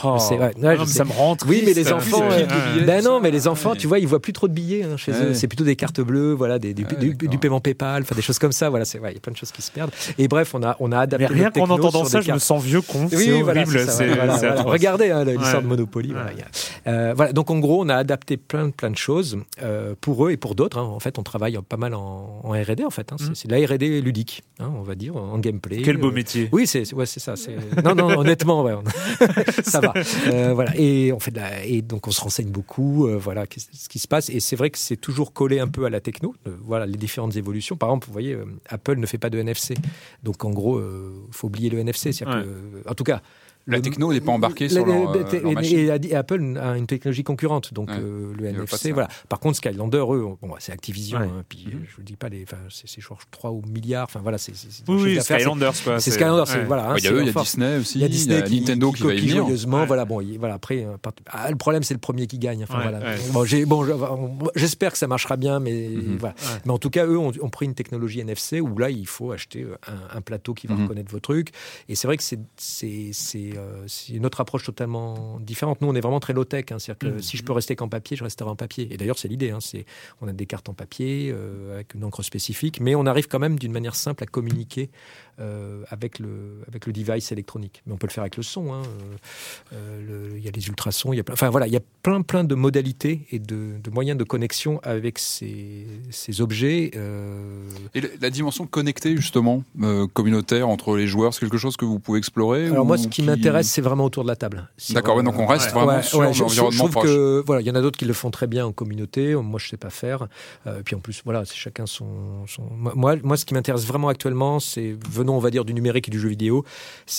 me rend triste. Oui, mais les enfants, mais les enfants, tu vois, ils voient plus trop de billets chez eux. C'est plutôt des cartes bleues, voilà, du paiement PayPal, enfin des choses comme ça. Voilà, il y a plein de choses qui se perdent. Et bref, on a adapté. Mais rien qu'en entendant ça, je me sens vieux con. C'est horrible. Regardez l'histoire de Monopoly. Voilà. Donc en gros, on a adapté plein de choses pour eux et pour d'autres. En fait, on travaille pas mal en R&D. En fait, c'est de la R&D ludique, on va dire, en gameplay. Quel beau métier. Oui, c'est ça. Non, honnêtement. Ouais, ça va. Voilà. Et on fait et donc on se renseigne beaucoup. Voilà, ce qui se passe. Et c'est vrai que c'est toujours collé un peu à la techno. Voilà, les différentes évolutions. Par exemple, vous voyez, Apple ne fait pas de NFC. Donc en gros, faut oublier le NFC. C'est-à-dire que, en tout cas. La techno n'est pas embarquée sur leur machine. Et Apple a une technologie concurrente, donc le NFC, voilà. Par contre, Skylander, eux, c'est Activision, puis je vous dis pas c'est genre 3 milliards, enfin voilà, c'est Skylander, c'est Skylander, voilà. Il y a Disney aussi, il y a Nintendo qui va y venir. Joyeusement, voilà, voilà, après, le problème, c'est le premier qui gagne, enfin voilà. J'espère que ça marchera bien, mais voilà. Mais en tout cas, eux ont pris une technologie NFC où là, il faut acheter un plateau qui va reconnaître vos trucs, et c'est vrai que c'est une autre approche totalement différente. Nous, on est vraiment très low-tech. C'est-à-dire que si je peux rester qu'en papier, je resterai en papier. Et d'ailleurs, c'est l'idée. On a des cartes en papier avec une encre spécifique, mais on arrive quand même d'une manière simple à communiquer avec le device électronique. Mais on peut le faire avec le son. Il y a les ultrasons. Il y a plein de modalités et de moyens de connexion avec ces objets. Et la dimension connectée, justement, communautaire entre les joueurs, c'est quelque chose que vous pouvez explorer? Alors moi, ce qui m'intéresse, c'est vraiment autour de la table. D'accord, donc on reste vraiment sur l'environnement proche. Il y en a d'autres qui le font très bien en communauté. Moi, je sais pas faire. Puis en plus, voilà, c'est chacun son. Moi, ce qui m'intéresse vraiment actuellement, c'est, venons, on va dire, du numérique et du jeu vidéo, c'est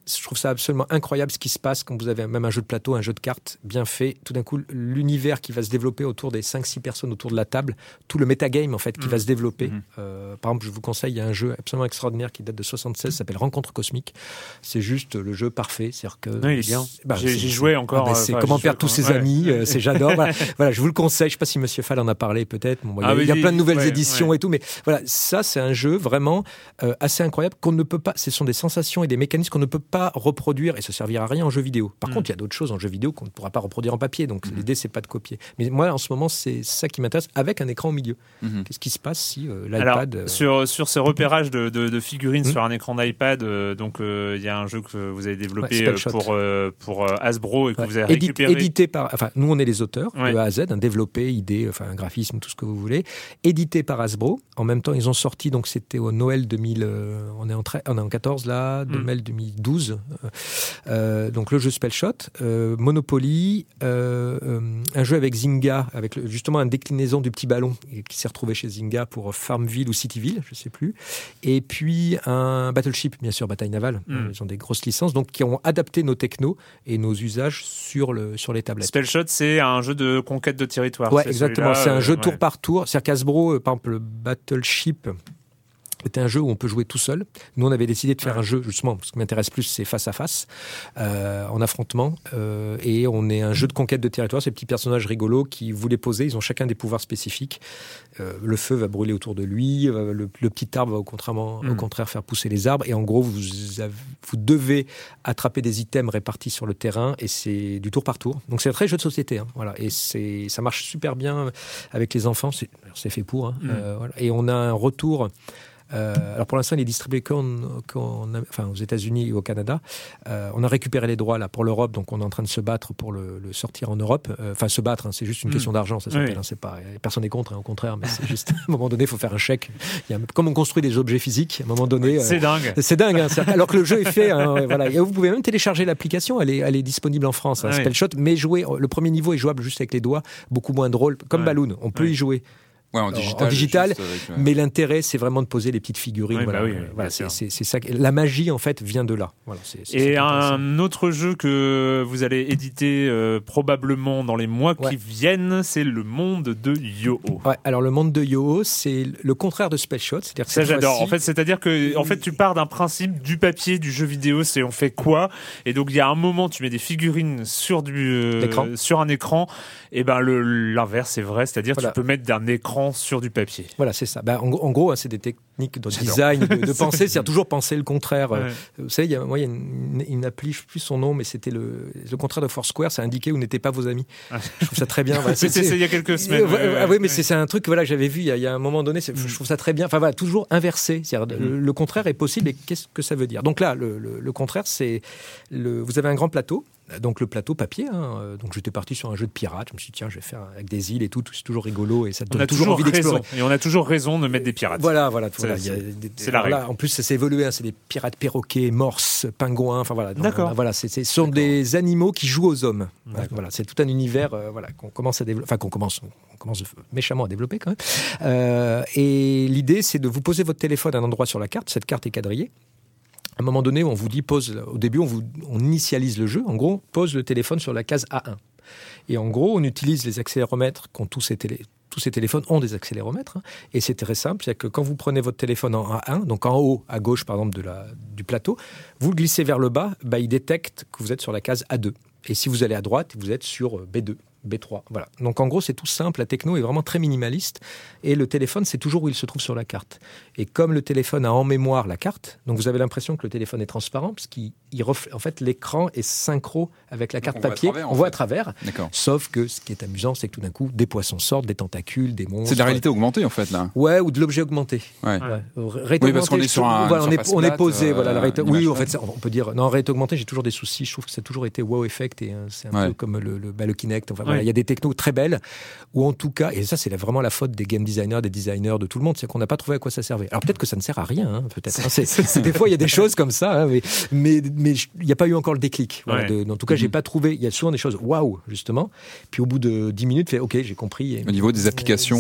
je trouve ça absolument incroyable ce qui se passe quand vous avez même un jeu de plateau, un jeu de cartes bien fait. Tout d'un coup, l'univers qui va se développer autour des 5-6 personnes autour de la table, tout le metagame en fait qui va se développer. Par exemple, je vous conseille, il y a un jeu absolument extraordinaire qui date de 76, s'appelle Rencontre Cosmique. C'est juste le jeu parfait. C'est-à-dire que il est bien. J'ai joué encore. C'est comment perdre tous ses amis. J'adore. Voilà, je vous le conseille. Je ne sais pas si Monsieur Fall en a parlé peut-être. Bon, il y a plein de nouvelles éditions et tout, mais voilà, ça c'est un jeu vraiment assez incroyable qu'on ne peut pas. Ce sont des sensations et des mécanismes qu'on ne peut pas reproduire et ça servira à rien en jeu vidéo. Par contre, il y a d'autres choses en jeu vidéo qu'on ne pourra pas reproduire en papier. Donc l'idée c'est pas de copier. Mais moi en ce moment c'est ça qui m'intéresse avec un écran au milieu. Qu'est-ce qui se passe si l'iPad sur ce repérage de figurines sur un écran d'iPad, donc il y a un jeu que vous avez développé pour Hasbro et que vous avez récupéré. Édité par, enfin nous on est les auteurs de A à Z, développé, idée, enfin un graphisme, tout ce que vous voulez. Édité par Hasbro. En même temps ils ont sorti, donc c'était au Noël 2000, on est en 14 là, Noël 2012. Donc le jeu Spellshot, Monopoly, un jeu avec Zynga, avec justement une déclinaison du petit ballon qui s'est retrouvé chez Zynga pour Farmville ou Cityville, je ne sais plus. Et puis un Battleship, bien sûr, bataille navale. Ils ont des grosses licences, donc qui ont adapté nos technos et nos usages sur les tablettes. Spellshot, c'est un jeu de conquête de territoire. Ouais, exactement. C'est un jeu tour par tour. C'est-à-dire qu'Hasbro, par exemple, le Battleship c'était un jeu où on peut jouer tout seul. Nous, on avait décidé de faire un jeu, justement, ce qui m'intéresse plus, c'est face à face, en affrontement. Et on est un jeu de conquête de territoire. Ces petits personnages rigolos qui vous les posez, ils ont chacun des pouvoirs spécifiques. Le feu va brûler autour de lui. Le petit arbre va au contraire faire pousser les arbres. Et en gros, vous devez attraper des items répartis sur le terrain. Et c'est du tour par tour. Donc, c'est un très jeu de société. Voilà. Et ça marche super bien avec les enfants. C'est fait pour. Voilà. Et on a un retour... alors pour l'instant il est distribué aux États-Unis et au Canada. On a récupéré les droits là pour l'Europe, donc on est en train de se battre pour le sortir en Europe. Enfin se battre, c'est juste une question d'argent, ça s'appelle. C'est pas, personne n'est contre, au contraire, mais c'est juste à un moment donné il faut faire un chèque. Comme on construit des objets physiques, à un moment donné, c'est dingue. C'est dingue. Alors que le jeu est fait. Voilà. Et vous pouvez même télécharger l'application. Elle est disponible en France. Spellshot, mais le premier niveau est jouable juste avec les doigts, beaucoup moins drôle. Comme Balloon, on peut y jouer. Ouais, en digital, mais l'intérêt, c'est vraiment de poser les petites figurines. C'est ça. La magie, en fait, vient de là. Voilà, et un autre jeu que vous allez éditer probablement dans les mois qui viennent, c'est le monde de Yo-Oh. Ouais, alors le monde de Yo-Oh, c'est le contraire de Spellshot. C'est-à-dire que ça, j'adore. En fait, c'est-à-dire que tu pars d'un principe du papier, du jeu vidéo, c'est on fait quoi ? Et donc, il y a un moment, tu mets des figurines sur un écran. Et ben l'inverse, c'est vrai. C'est-à-dire tu peux mettre d'un écran sur du papier. Voilà, c'est ça. En gros, c'est des techniques de design, de pensée, c'est-à-dire toujours penser le contraire. Vous savez, il y a une appli, je ne sais plus son nom, mais c'était le contraire de Foursquare, ça indiquait où n'étaient pas vos amis. Je trouve ça très bien. C'est il y a quelques semaines. Oui, mais c'est un truc que j'avais vu il y a un moment donné, je trouve ça très bien. Enfin, toujours inversé. C'est-à-dire, le contraire est possible et qu'est-ce que ça veut dire ? Donc là, le contraire, c'est... Vous avez un grand plateau. Donc le plateau papier, donc j'étais parti sur un jeu de pirate, je me suis dit tiens je vais faire avec des îles et tout, c'est toujours rigolo et ça te donne toujours envie d'explorer. Et on a toujours raison de mettre des pirates. Voilà, c'est la règle. En plus ça s'est évolué, c'est des pirates perroquets, morses, pingouins, enfin voilà. D'accord. Ce sont des animaux qui jouent aux hommes. Voilà, c'est tout un univers qu'on commence à développer, enfin qu'on commence méchamment à développer quand même. Et l'idée c'est de vous poser votre téléphone à un endroit sur la carte, cette carte est quadrillée. À un moment donné, on vous dit pose. Au début, on initialise le jeu. En gros, pose le téléphone sur la case A1. Et en gros, on utilise les accéléromètres qu'ont tous ces téléphones ont des accéléromètres. Et c'est très simple, c'est que quand vous prenez votre téléphone en A1, donc en haut, à gauche par exemple du plateau, vous le glissez vers le bas, il détecte que vous êtes sur la case A2. Et si vous allez à droite, vous êtes sur B2. B3, voilà. Donc en gros, c'est tout simple, la techno est vraiment très minimaliste et le téléphone, c'est toujours où il se trouve sur la carte. Et comme le téléphone a en mémoire la carte, donc vous avez l'impression que le téléphone est transparent parce en fait, l'écran est synchro avec la carte papier. On voit à travers. D'accord. Sauf que ce qui est amusant, c'est que tout d'un coup, des poissons sortent, des tentacules, des monstres. C'est de la réalité augmentée en fait là. Ouais, ou de l'objet augmenté. Ouais. Oui, parce qu'on est sur on est posé. Voilà, la réalité. Oui, en fait, on peut dire. Non, réalité augmentée, j'ai toujours des soucis. Je trouve que ça a toujours été wow effect et c'est un peu comme le Kinect. Enfin, voilà, il y a des technos très belles, ou en tout cas, et ça c'est vraiment la faute des game designers, des designers, de tout le monde, c'est qu'on n'a pas trouvé à quoi ça servait. Alors peut-être que ça ne sert à rien, peut-être. Des fois il y a des choses comme ça, mais il n'y a pas eu encore le déclic. Voilà, en tout cas, j'ai pas trouvé. Il y a souvent des choses waouh justement. Puis au bout de 10 minutes, ok, j'ai compris. Au niveau des applications,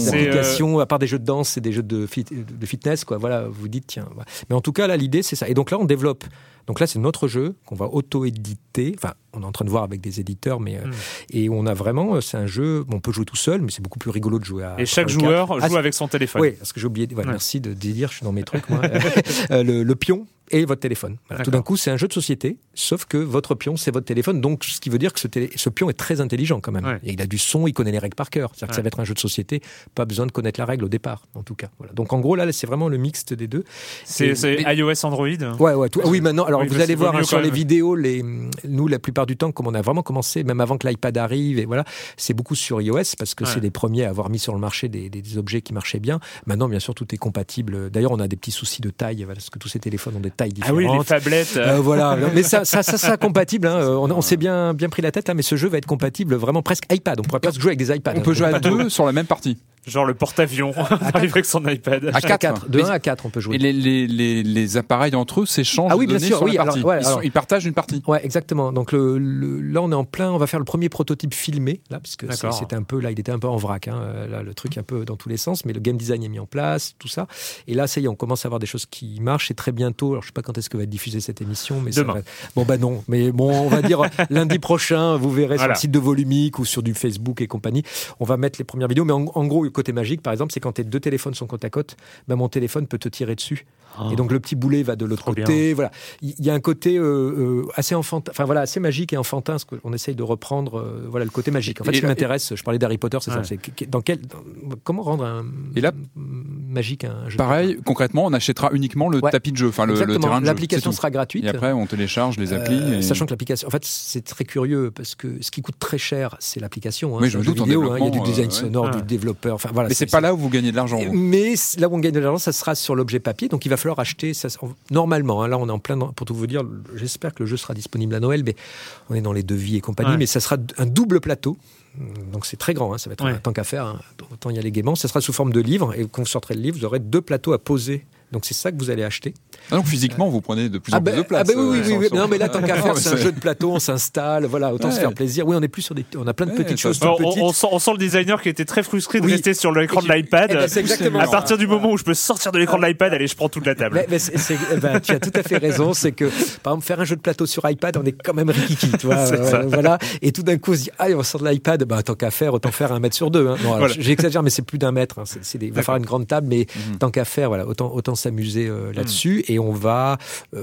à part des jeux de danse et des jeux de fitness, quoi. Voilà, vous dites tiens. Voilà. Mais en tout cas là, l'idée c'est ça. Et donc là, on développe Donc là, c'est notre jeu qu'on va auto-éditer. Enfin, on est en train de voir avec des éditeurs, mais et on a vraiment, c'est un jeu, on peut jouer tout seul, mais c'est beaucoup plus rigolo de jouer à. Et chaque joueur joue avec son téléphone. Oui, parce que j'ai oublié. Merci de dire, je suis dans mes trucs, moi. Le pion et votre téléphone. Voilà. Tout d'un coup, c'est un jeu de société, sauf que votre pion, c'est votre téléphone. Donc, ce qui veut dire que ce pion est très intelligent quand même. Ouais. Et il a du son, il connaît les règles par cœur. C'est-à-dire que ça va être un jeu de société, pas besoin de connaître la règle au départ, en tout cas. Voilà. Donc, en gros, là, c'est vraiment le mixte des deux. C'est iOS, Android. Ouais. Oui, maintenant. Alors, vous allez voir sur les vidéos, nous, la plupart du temps, comme on a vraiment commencé, même avant que l'iPad arrive, et voilà, c'est beaucoup sur iOS parce que c'est les premiers à avoir mis sur le marché des objets qui marchaient bien. Maintenant, bien sûr, tout est compatible. D'ailleurs, on a des petits soucis de taille parce que tous ces téléphones ont des tailles différentes. Ah oui, les phablettes. Voilà. Mais ça sera compatible. Hein. On s'est bien pris la tête là, mais ce jeu va être compatible vraiment presque iPad. On pourrait presque jouer avec des iPads. On peut jouer à deux sur la même partie. Genre le porte-avions, on arrive avec son iPad. À 4. De 1 à 4, on peut jouer. Et les appareils entre eux s'échangent de données sur la partie. Ils partagent une partie. Ouais, exactement. Donc là, on est en plein, on va faire le premier prototype filmé, là, parce que c'était un peu, là, il était un peu en vrac, hein, là, le truc un peu dans tous les sens, mais le game design est mis en place, tout ça. Et là, ça y est, on commence à avoir des choses qui marchent, et très bientôt, alors je sais pas quand est-ce que va être diffusée cette émission, mais demain. Non, mais bon, on va dire lundi prochain, vous verrez sur le site de Volumic ou sur du Facebook et compagnie, on va mettre les premières vidéos, mais en gros, le côté magique, par exemple, c'est quand tes deux téléphones sont côte à côte, ben mon téléphone peut te tirer dessus. Et donc le petit boulet va de l'autre côté. Bien. Voilà, il y a un côté assez enfantin, enfin voilà, assez magique et enfantin, parce qu'on essaye de reprendre voilà le côté magique. En fait, ce qui m'intéresse, je parlais d'Harry Potter, c'est ça. C'est comment rendre magique un jeu. Pareil, concrètement, on achètera uniquement le tapis de jeu, enfin le terrain de jeu. L'application sera gratuite. Et après, on télécharge les applis. Sachant que l'application, en fait, c'est très curieux parce que ce qui coûte très cher, c'est l'application. Oui, je me doute. Il y a du design sonore, du développeur. Enfin voilà. Mais c'est pas là où vous gagnez de l'argent. Mais là où on gagne de l'argent, ça sera sur l'objet papier. Donc il va falloir acheter. Normalement, hein, là on est en plein. Pour tout vous dire, j'espère que le jeu sera disponible à Noël, mais on est dans les devis et compagnie. Mais ça sera un double plateau. Donc c'est très grand, hein, ça va être tant qu'à faire. Hein, autant y aller gaiement. Ça sera sous forme de livre, et quand vous sortirez le livre, vous aurez 2 plateaux à poser. Donc c'est ça que vous allez acheter. Ah donc physiquement, vous prenez de plus en plus de place. Oui. Non, mais là, tant qu'à faire, c'est un jeu de plateau, on s'installe, voilà, autant se faire plaisir. Oui, on est plus sur on a plein de petites choses. On sent le designer qui était très frustré de rester sur l'écran de l'iPad. C'est exactement à partir du moment où je peux sortir de l'écran de l'iPad, allez, je prends toute la table. Tu as tout à fait raison. C'est que, par exemple, faire un jeu de plateau sur iPad, on est quand même rikiki, tu vois. Voilà. Et tout d'un coup, on se dit, on sort de l'iPad, tant qu'à faire, autant faire 1 mètre sur 2. Hein. Non, alors, j'exagère, mais c'est plus d'1 mètre. Hein. Il va falloir une grande table, mais tant qu'à faire, voilà, autant s'amuser là-dessus. Et on va,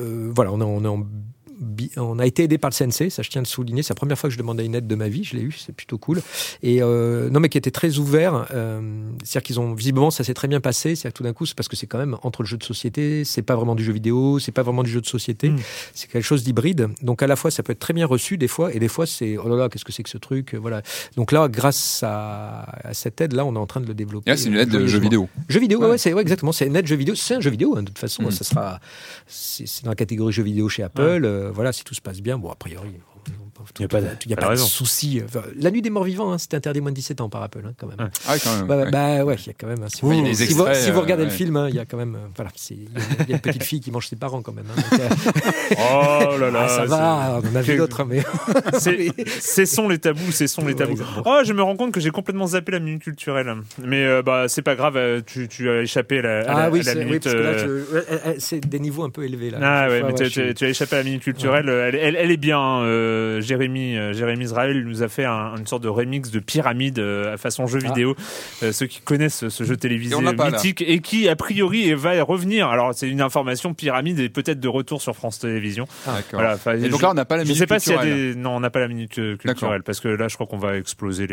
on a été aidé par le CNC, ça je tiens à le souligner, c'est la première fois que je demandais une aide de ma vie, je l'ai eu, c'est plutôt cool. Et non, mais qui était très ouvert, c'est-à-dire qu'ils ont, visiblement ça s'est très bien passé, c'est-à-dire que tout d'un coup, c'est parce que c'est quand même entre le jeu de société, c'est pas vraiment du jeu vidéo, c'est pas vraiment du jeu de société, c'est quelque chose d'hybride, donc à la fois ça peut être très bien reçu des fois, et des fois c'est, oh là là, qu'est-ce que c'est que ce truc, voilà. Donc là, grâce à cette aide-là, on est en train de le développer. Là, c'est une aide de jeu vidéo. Jeu vidéo, exactement, c'est une aide jeu vidéo, c'est un jeu vidéo, hein, de toute façon, ça sera, c'est dans la catégorie jeu vidéo chez Apple, voilà, si tout se passe bien, bon, a priori, il n'y a pas de souci. Enfin, la nuit des morts vivants, c'était interdit moins de 17 ans par Apple, hein, quand même. Ah, quand même. Il y a quand même. Si vous regardez le film, il y a quand même. Voilà, il y a une petite fille qui mange ses parents, quand même. Hein, donc, oh là là. Ça va, on en a vu d'autres, hein, mais. Cessons les tabous, les tabous. Oh, je me rends compte que j'ai complètement zappé la minute culturelle. Mais c'est pas grave, tu as échappé à la minute. Oui, parce que là, c'est des niveaux un peu élevés, là. Ah ouais, mais tu as échappé à la minute culturelle. Elle est bien. Jérémy Israël nous a fait une sorte de remix de Pyramide à façon jeu vidéo. Ceux qui connaissent ce jeu télévisé mythique et qui a priori va revenir. Alors c'est une information, Pyramide est peut-être de retour sur France Télévisions. Voilà, et donc là on n'a pas la minute culturelle. Je sais pas s'il y a non, on n'a pas la minute culturelle parce que là je crois qu'on va exploser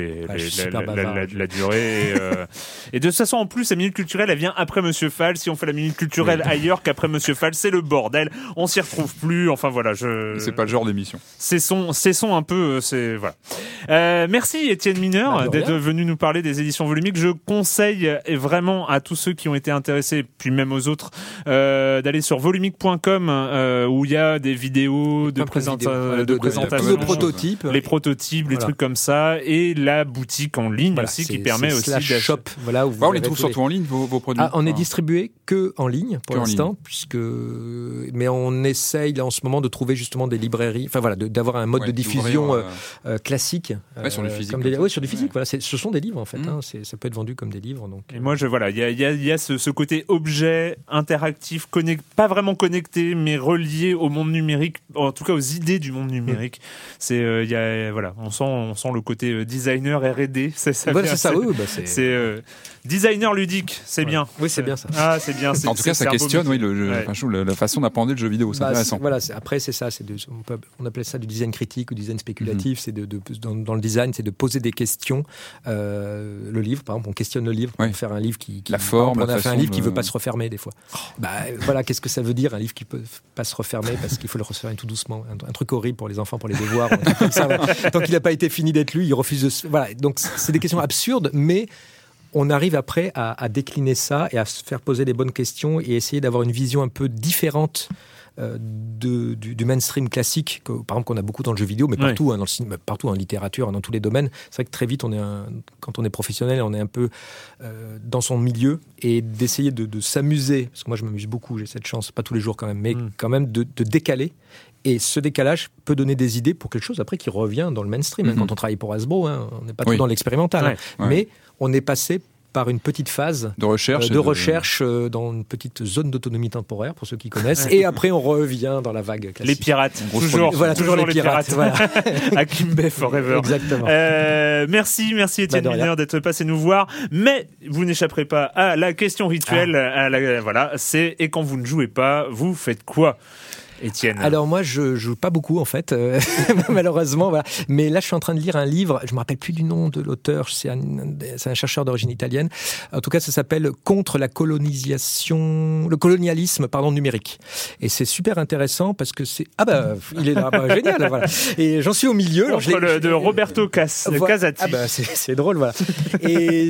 la durée. Et de toute façon en plus la minute culturelle elle vient après Monsieur Fall. Si on fait la minute culturelle ailleurs qu'après Monsieur Fall, c'est le bordel. On s'y retrouve plus. Enfin voilà, c'est pas le genre d'émission. Cessons un peu, voilà. Merci Étienne Mineur d'être venu nous parler des éditions volumiques. Je conseille vraiment à tous ceux qui ont été intéressés, puis même aux autres, d'aller sur volumique.com où il y a des vidéos de présentation, les prototypes, les trucs comme ça, et la boutique en ligne aussi qui permet aussi d'acheter. Shop, voilà, où on les trouve surtout en ligne vos produits. On est distribué que en ligne pour l'instant, mais on essaye là en ce moment de trouver justement des librairies, enfin voilà, d'avoir un mode de diffusion classique. Sur du physique. Sur du physique. Voilà, ce sont des livres en fait. Ça peut être vendu comme des livres. Donc. Et moi, il y a ce côté objet interactif, pas vraiment connecté, mais relié au monde numérique, en tout cas aux idées du monde numérique. C'est on sent le côté designer R&D. C'est designer ludique, c'est bien. Oui, c'est bien ça. Ah, c'est bien. En tout cas, ça questionne la façon d'appréhender le jeu vidéo. C'est intéressant. Après, c'est ça. On appelait ça du design critique ou design spéculatif. C'est dans le design, c'est de poser des questions. Le livre, par exemple, on questionne le livre pour faire un livre qui la forme. On a fait un livre qui veut pas se refermer des fois. Qu'est-ce que ça veut dire un livre qui peut pas se refermer parce qu'il faut le refermer tout doucement. Un truc horrible pour les enfants, pour les devoirs. Comme ça, tant qu'il n'a pas été fini d'être lu, il refuse de. Voilà. Donc c'est des questions absurdes, mais on arrive après à décliner ça et à se faire poser les bonnes questions et essayer d'avoir une vision un peu différente du mainstream classique, par exemple qu'on a beaucoup dans le jeu vidéo, mais partout, dans le cinéma, partout en littérature, dans tous les domaines. C'est vrai que très vite, quand on est professionnel, on est un peu dans son milieu et d'essayer de s'amuser, parce que moi je m'amuse beaucoup, j'ai cette chance, pas tous les jours quand même, mais quand même de décaler. Et ce décalage peut donner des idées pour quelque chose après qui revient dans le mainstream. Quand on travaille pour Hasbro, on n'est pas tout dans l'expérimental, mais on est passé par une petite phase de recherche, dans une petite zone d'autonomie temporaire, pour ceux qui connaissent. Et après, on revient dans la vague classique. Les pirates. Toujours les pirates. Voilà. Hakim Bay Forever. Exactement. Merci Étienne Miner d'être passé nous voir. Mais vous n'échapperez pas à la question rituelle. C'est et quand vous ne jouez pas, vous faites quoi, Étienne? Alors moi, je joue pas beaucoup en fait, malheureusement. Voilà. Mais là, je suis en train de lire un livre. Je me rappelle plus du nom de l'auteur. C'est un chercheur d'origine italienne. En tout cas, ça s'appelle Contre le colonialisme, numérique. Et c'est super intéressant parce que c'est il est là, génial. Voilà. Et j'en suis au milieu. De Roberto Casati. C'est drôle, voilà. Et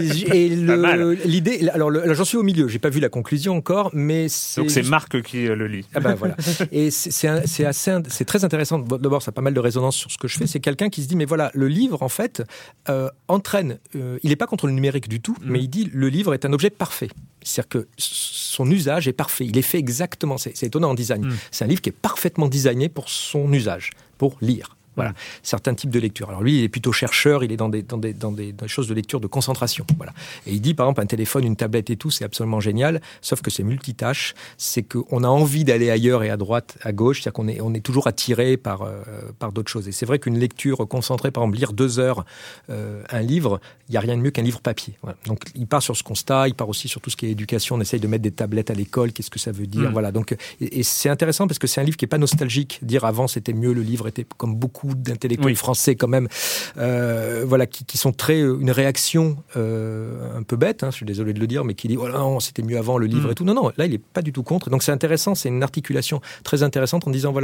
l'idée. Alors, j'en suis au milieu. J'ai pas vu la conclusion encore, mais donc c'est Marc qui le lit. Voilà. Et c'est très intéressant. D'abord, ça a pas mal de résonance sur ce que je fais. C'est quelqu'un qui se dit, mais voilà, le livre, en fait, entraîne. Il n'est pas contre le numérique du tout, mais il dit, le livre est un objet parfait. C'est-à-dire que son usage est parfait. Il est fait exactement. C'est étonnant en design. C'est un livre qui est parfaitement designé pour son usage, pour lire. Voilà, certains types de lecture. Alors lui, il est plutôt chercheur, il est dans des choses de lecture de concentration. Voilà. Et il dit, par exemple, un téléphone, une tablette et tout, c'est absolument génial, sauf que c'est multitâche, c'est qu'on a envie d'aller ailleurs et à droite, à gauche, c'est-à-dire qu'on est toujours attiré par d'autres choses. Et c'est vrai qu'une lecture concentrée, par exemple, lire 2 heures un livre, il n'y a rien de mieux qu'un livre papier. Voilà. Donc il part sur ce constat, il part aussi sur tout ce qui est éducation, on essaye de mettre des tablettes à l'école, qu'est-ce que ça veut dire, voilà. Donc, et c'est intéressant parce que c'est un livre qui n'est pas nostalgique, dire avant c'était mieux, le livre était comme beaucoup d'intellectuels français quand même, qui sont une réaction un peu bête, je suis désolé de le dire, mais qui dit non, c'était mieux avant le livre et tout. Non, là il n'est pas du tout contre. Donc c'est intéressant, c'est une articulation très intéressante en disant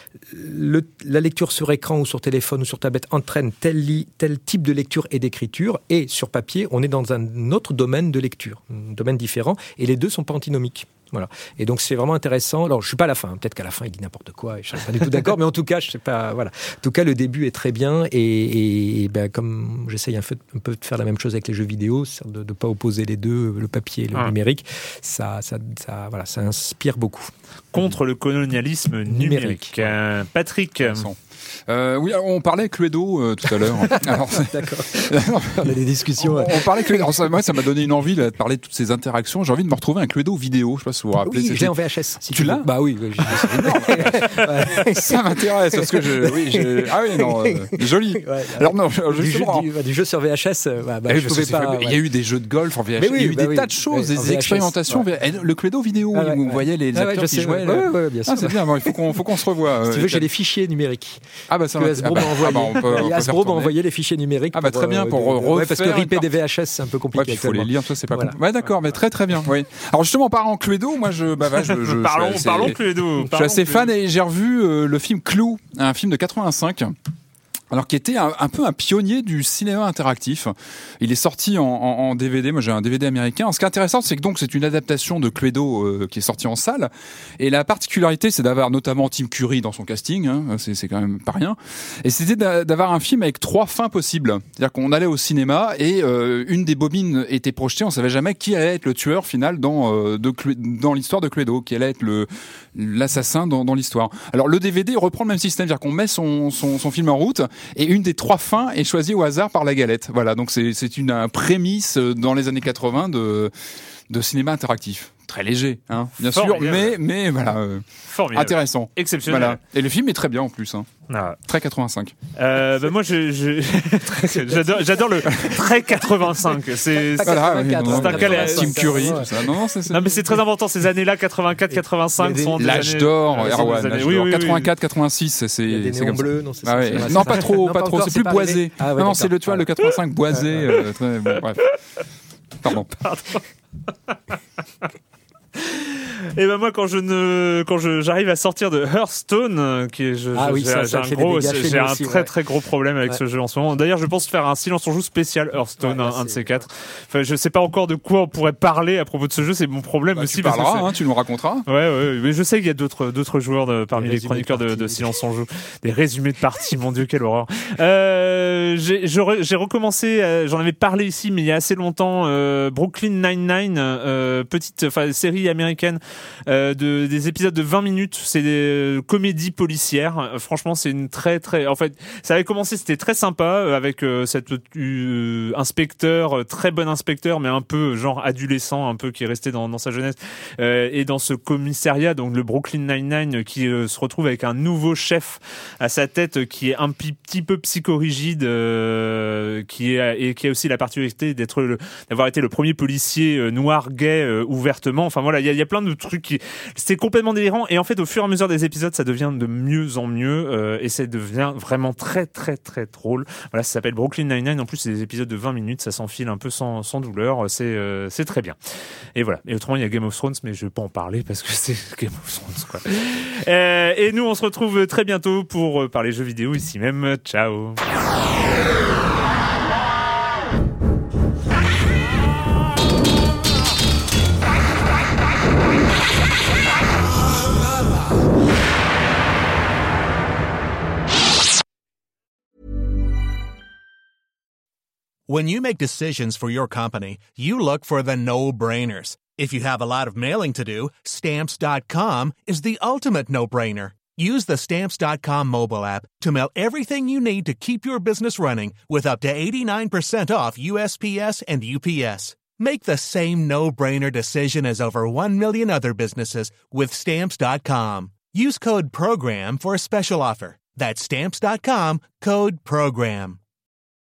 la lecture sur écran ou sur téléphone ou sur tablette entraîne tel type de lecture et d'écriture, et sur papier on est dans un autre domaine de lecture, un domaine différent, et les deux sont pas antinomiques. Voilà. Et donc c'est vraiment intéressant. Alors je suis pas à la fin, peut-être qu'à la fin il dit n'importe quoi et je suis pas du tout d'accord, mais en tout cas je sais pas. Voilà. En tout cas le début est très bien et comme j'essaye un peu de faire la même chose avec les jeux vidéo, c'est de pas opposer les deux, le papier et le numérique, ça inspire beaucoup. Contre le colonialisme numérique. Patrick. Oui, alors on parlait avec Cluedo tout à l'heure. Alors, d'accord. On a des discussions. On parlait Cluedo. Moi, ça m'a donné une envie de parler de toutes ces interactions. J'ai envie de me retrouver un Cluedo vidéo. Je sais pas si vous vous rappelez. Oui, j'ai en VHS. Si tu l'as ? Bah oui. Ça m'intéresse parce que joli. Ouais, alors non, justement. Du jeu sur VHS. Je pouvais pas. Il y a eu des jeux de golf en VHS. Il y a eu des tas de choses, des expérimentations. Le Cluedo vidéo où vous voyez les acteurs qui jouaient. Bien sûr. C'est bien. Il faut qu'on se revoie. Si tu veux, j'ai les fichiers numériques. Ça Hasbro m'a envoyé les fichiers numériques. Très bien, pour refaire. Parce que ripper des VHS, c'est un peu compliqué. Il faut les lire, ça c'est pas compliqué. Ouais, d'accord, mais très très bien. Oui. Alors justement, en parlant Cluedo, moi parlons Cluedo. Je suis assez fan et j'ai revu le film Clou, un film de 85. Alors qui était un peu un pionnier du cinéma interactif. Il est sorti en DVD, moi j'ai un DVD américain. Ce qui est intéressant, c'est que donc c'est une adaptation de Cluedo qui est sortie en salle. Et la particularité, c'est d'avoir notamment Tim Curry dans son casting, hein, c'est quand même pas rien. Et c'était d'avoir un film avec 3 fins possibles. C'est-à-dire qu'on allait au cinéma et une des bobines était projetée, on savait jamais qui allait être le tueur final dans l'histoire de Cluedo, qui allait être l'assassin dans l'histoire. Alors le DVD reprend le même système, c'est-à-dire qu'on met son film en route et une des 3 fins est choisie au hasard par la galette. Voilà, donc c'est une prémisse dans les années 80 de cinéma interactif. Très léger, hein, bien sûr, mais voilà, intéressant, exceptionnel. Voilà. Et le film est très bien en plus, hein. Très 85. Moi, j'adore le très 85. C'est Tim Curry, tout ça. Non, mais c'est très important. Ces années-là, 84, 85 sont l'âge d'or. Erwan, 84, 86, c'est des néons bleus, non, c'est ça. Non, pas trop. C'est plus boisé. Non, c'est le 85 boisé. Bref. Pardon. Et ben moi quand j'arrive à sortir de Hearthstone, j'ai un très gros problème avec ce jeu en ce moment. D'ailleurs, je pense faire un silence on joue spécial Hearthstone, un de ces 4. Enfin, je sais pas encore de quoi on pourrait parler à propos de ce jeu, c'est mon problème aussi. Tu parleras, tu nous raconteras. Ouais, mais je sais qu'il y a d'autres joueurs parmi les chroniqueurs de silence on joue. Des résumés de parties, mon Dieu, quelle horreur. J'ai recommencé, j'en avais parlé ici, mais il y a assez longtemps, Brooklyn Nine-Nine, petite série américaine. Des épisodes de 20 minutes, c'est des comédies policières. Franchement, c'est une très en fait, ça avait commencé, c'était très sympa avec cet inspecteur, très bon inspecteur, mais un peu genre adolescent, un peu qui est resté dans sa jeunesse, et dans ce commissariat, donc le Brooklyn Nine-Nine, qui se retrouve avec un nouveau chef à sa tête qui est un petit peu psychorigide, qui a aussi la particularité d'avoir été le premier policier noir gay ouvertement. Enfin voilà, il y a plein de trucs c'est complètement délirant, et en fait au fur et à mesure des épisodes ça devient de mieux en mieux, et ça devient vraiment très drôle. Voilà, ça s'appelle Brooklyn Nine-Nine, en plus c'est des épisodes de 20 minutes, ça s'enfile un peu sans douleur, c'est très bien. Et voilà, et autrement il y a Game of Thrones, mais je vais pas en parler parce que c'est Game of Thrones quoi. Et nous on se retrouve très bientôt pour parler jeux vidéo ici même. Ciao. When you make decisions for your company, you look for the no-brainers. If you have a lot of mailing to do, Stamps.com is the ultimate no-brainer. Use the Stamps.com mobile app to mail everything you need to keep your business running with up to 89% off USPS and UPS. Make the same no-brainer decision as over 1 million other businesses with Stamps.com. Use code PROGRAM for a special offer. That's Stamps.com, code PROGRAM.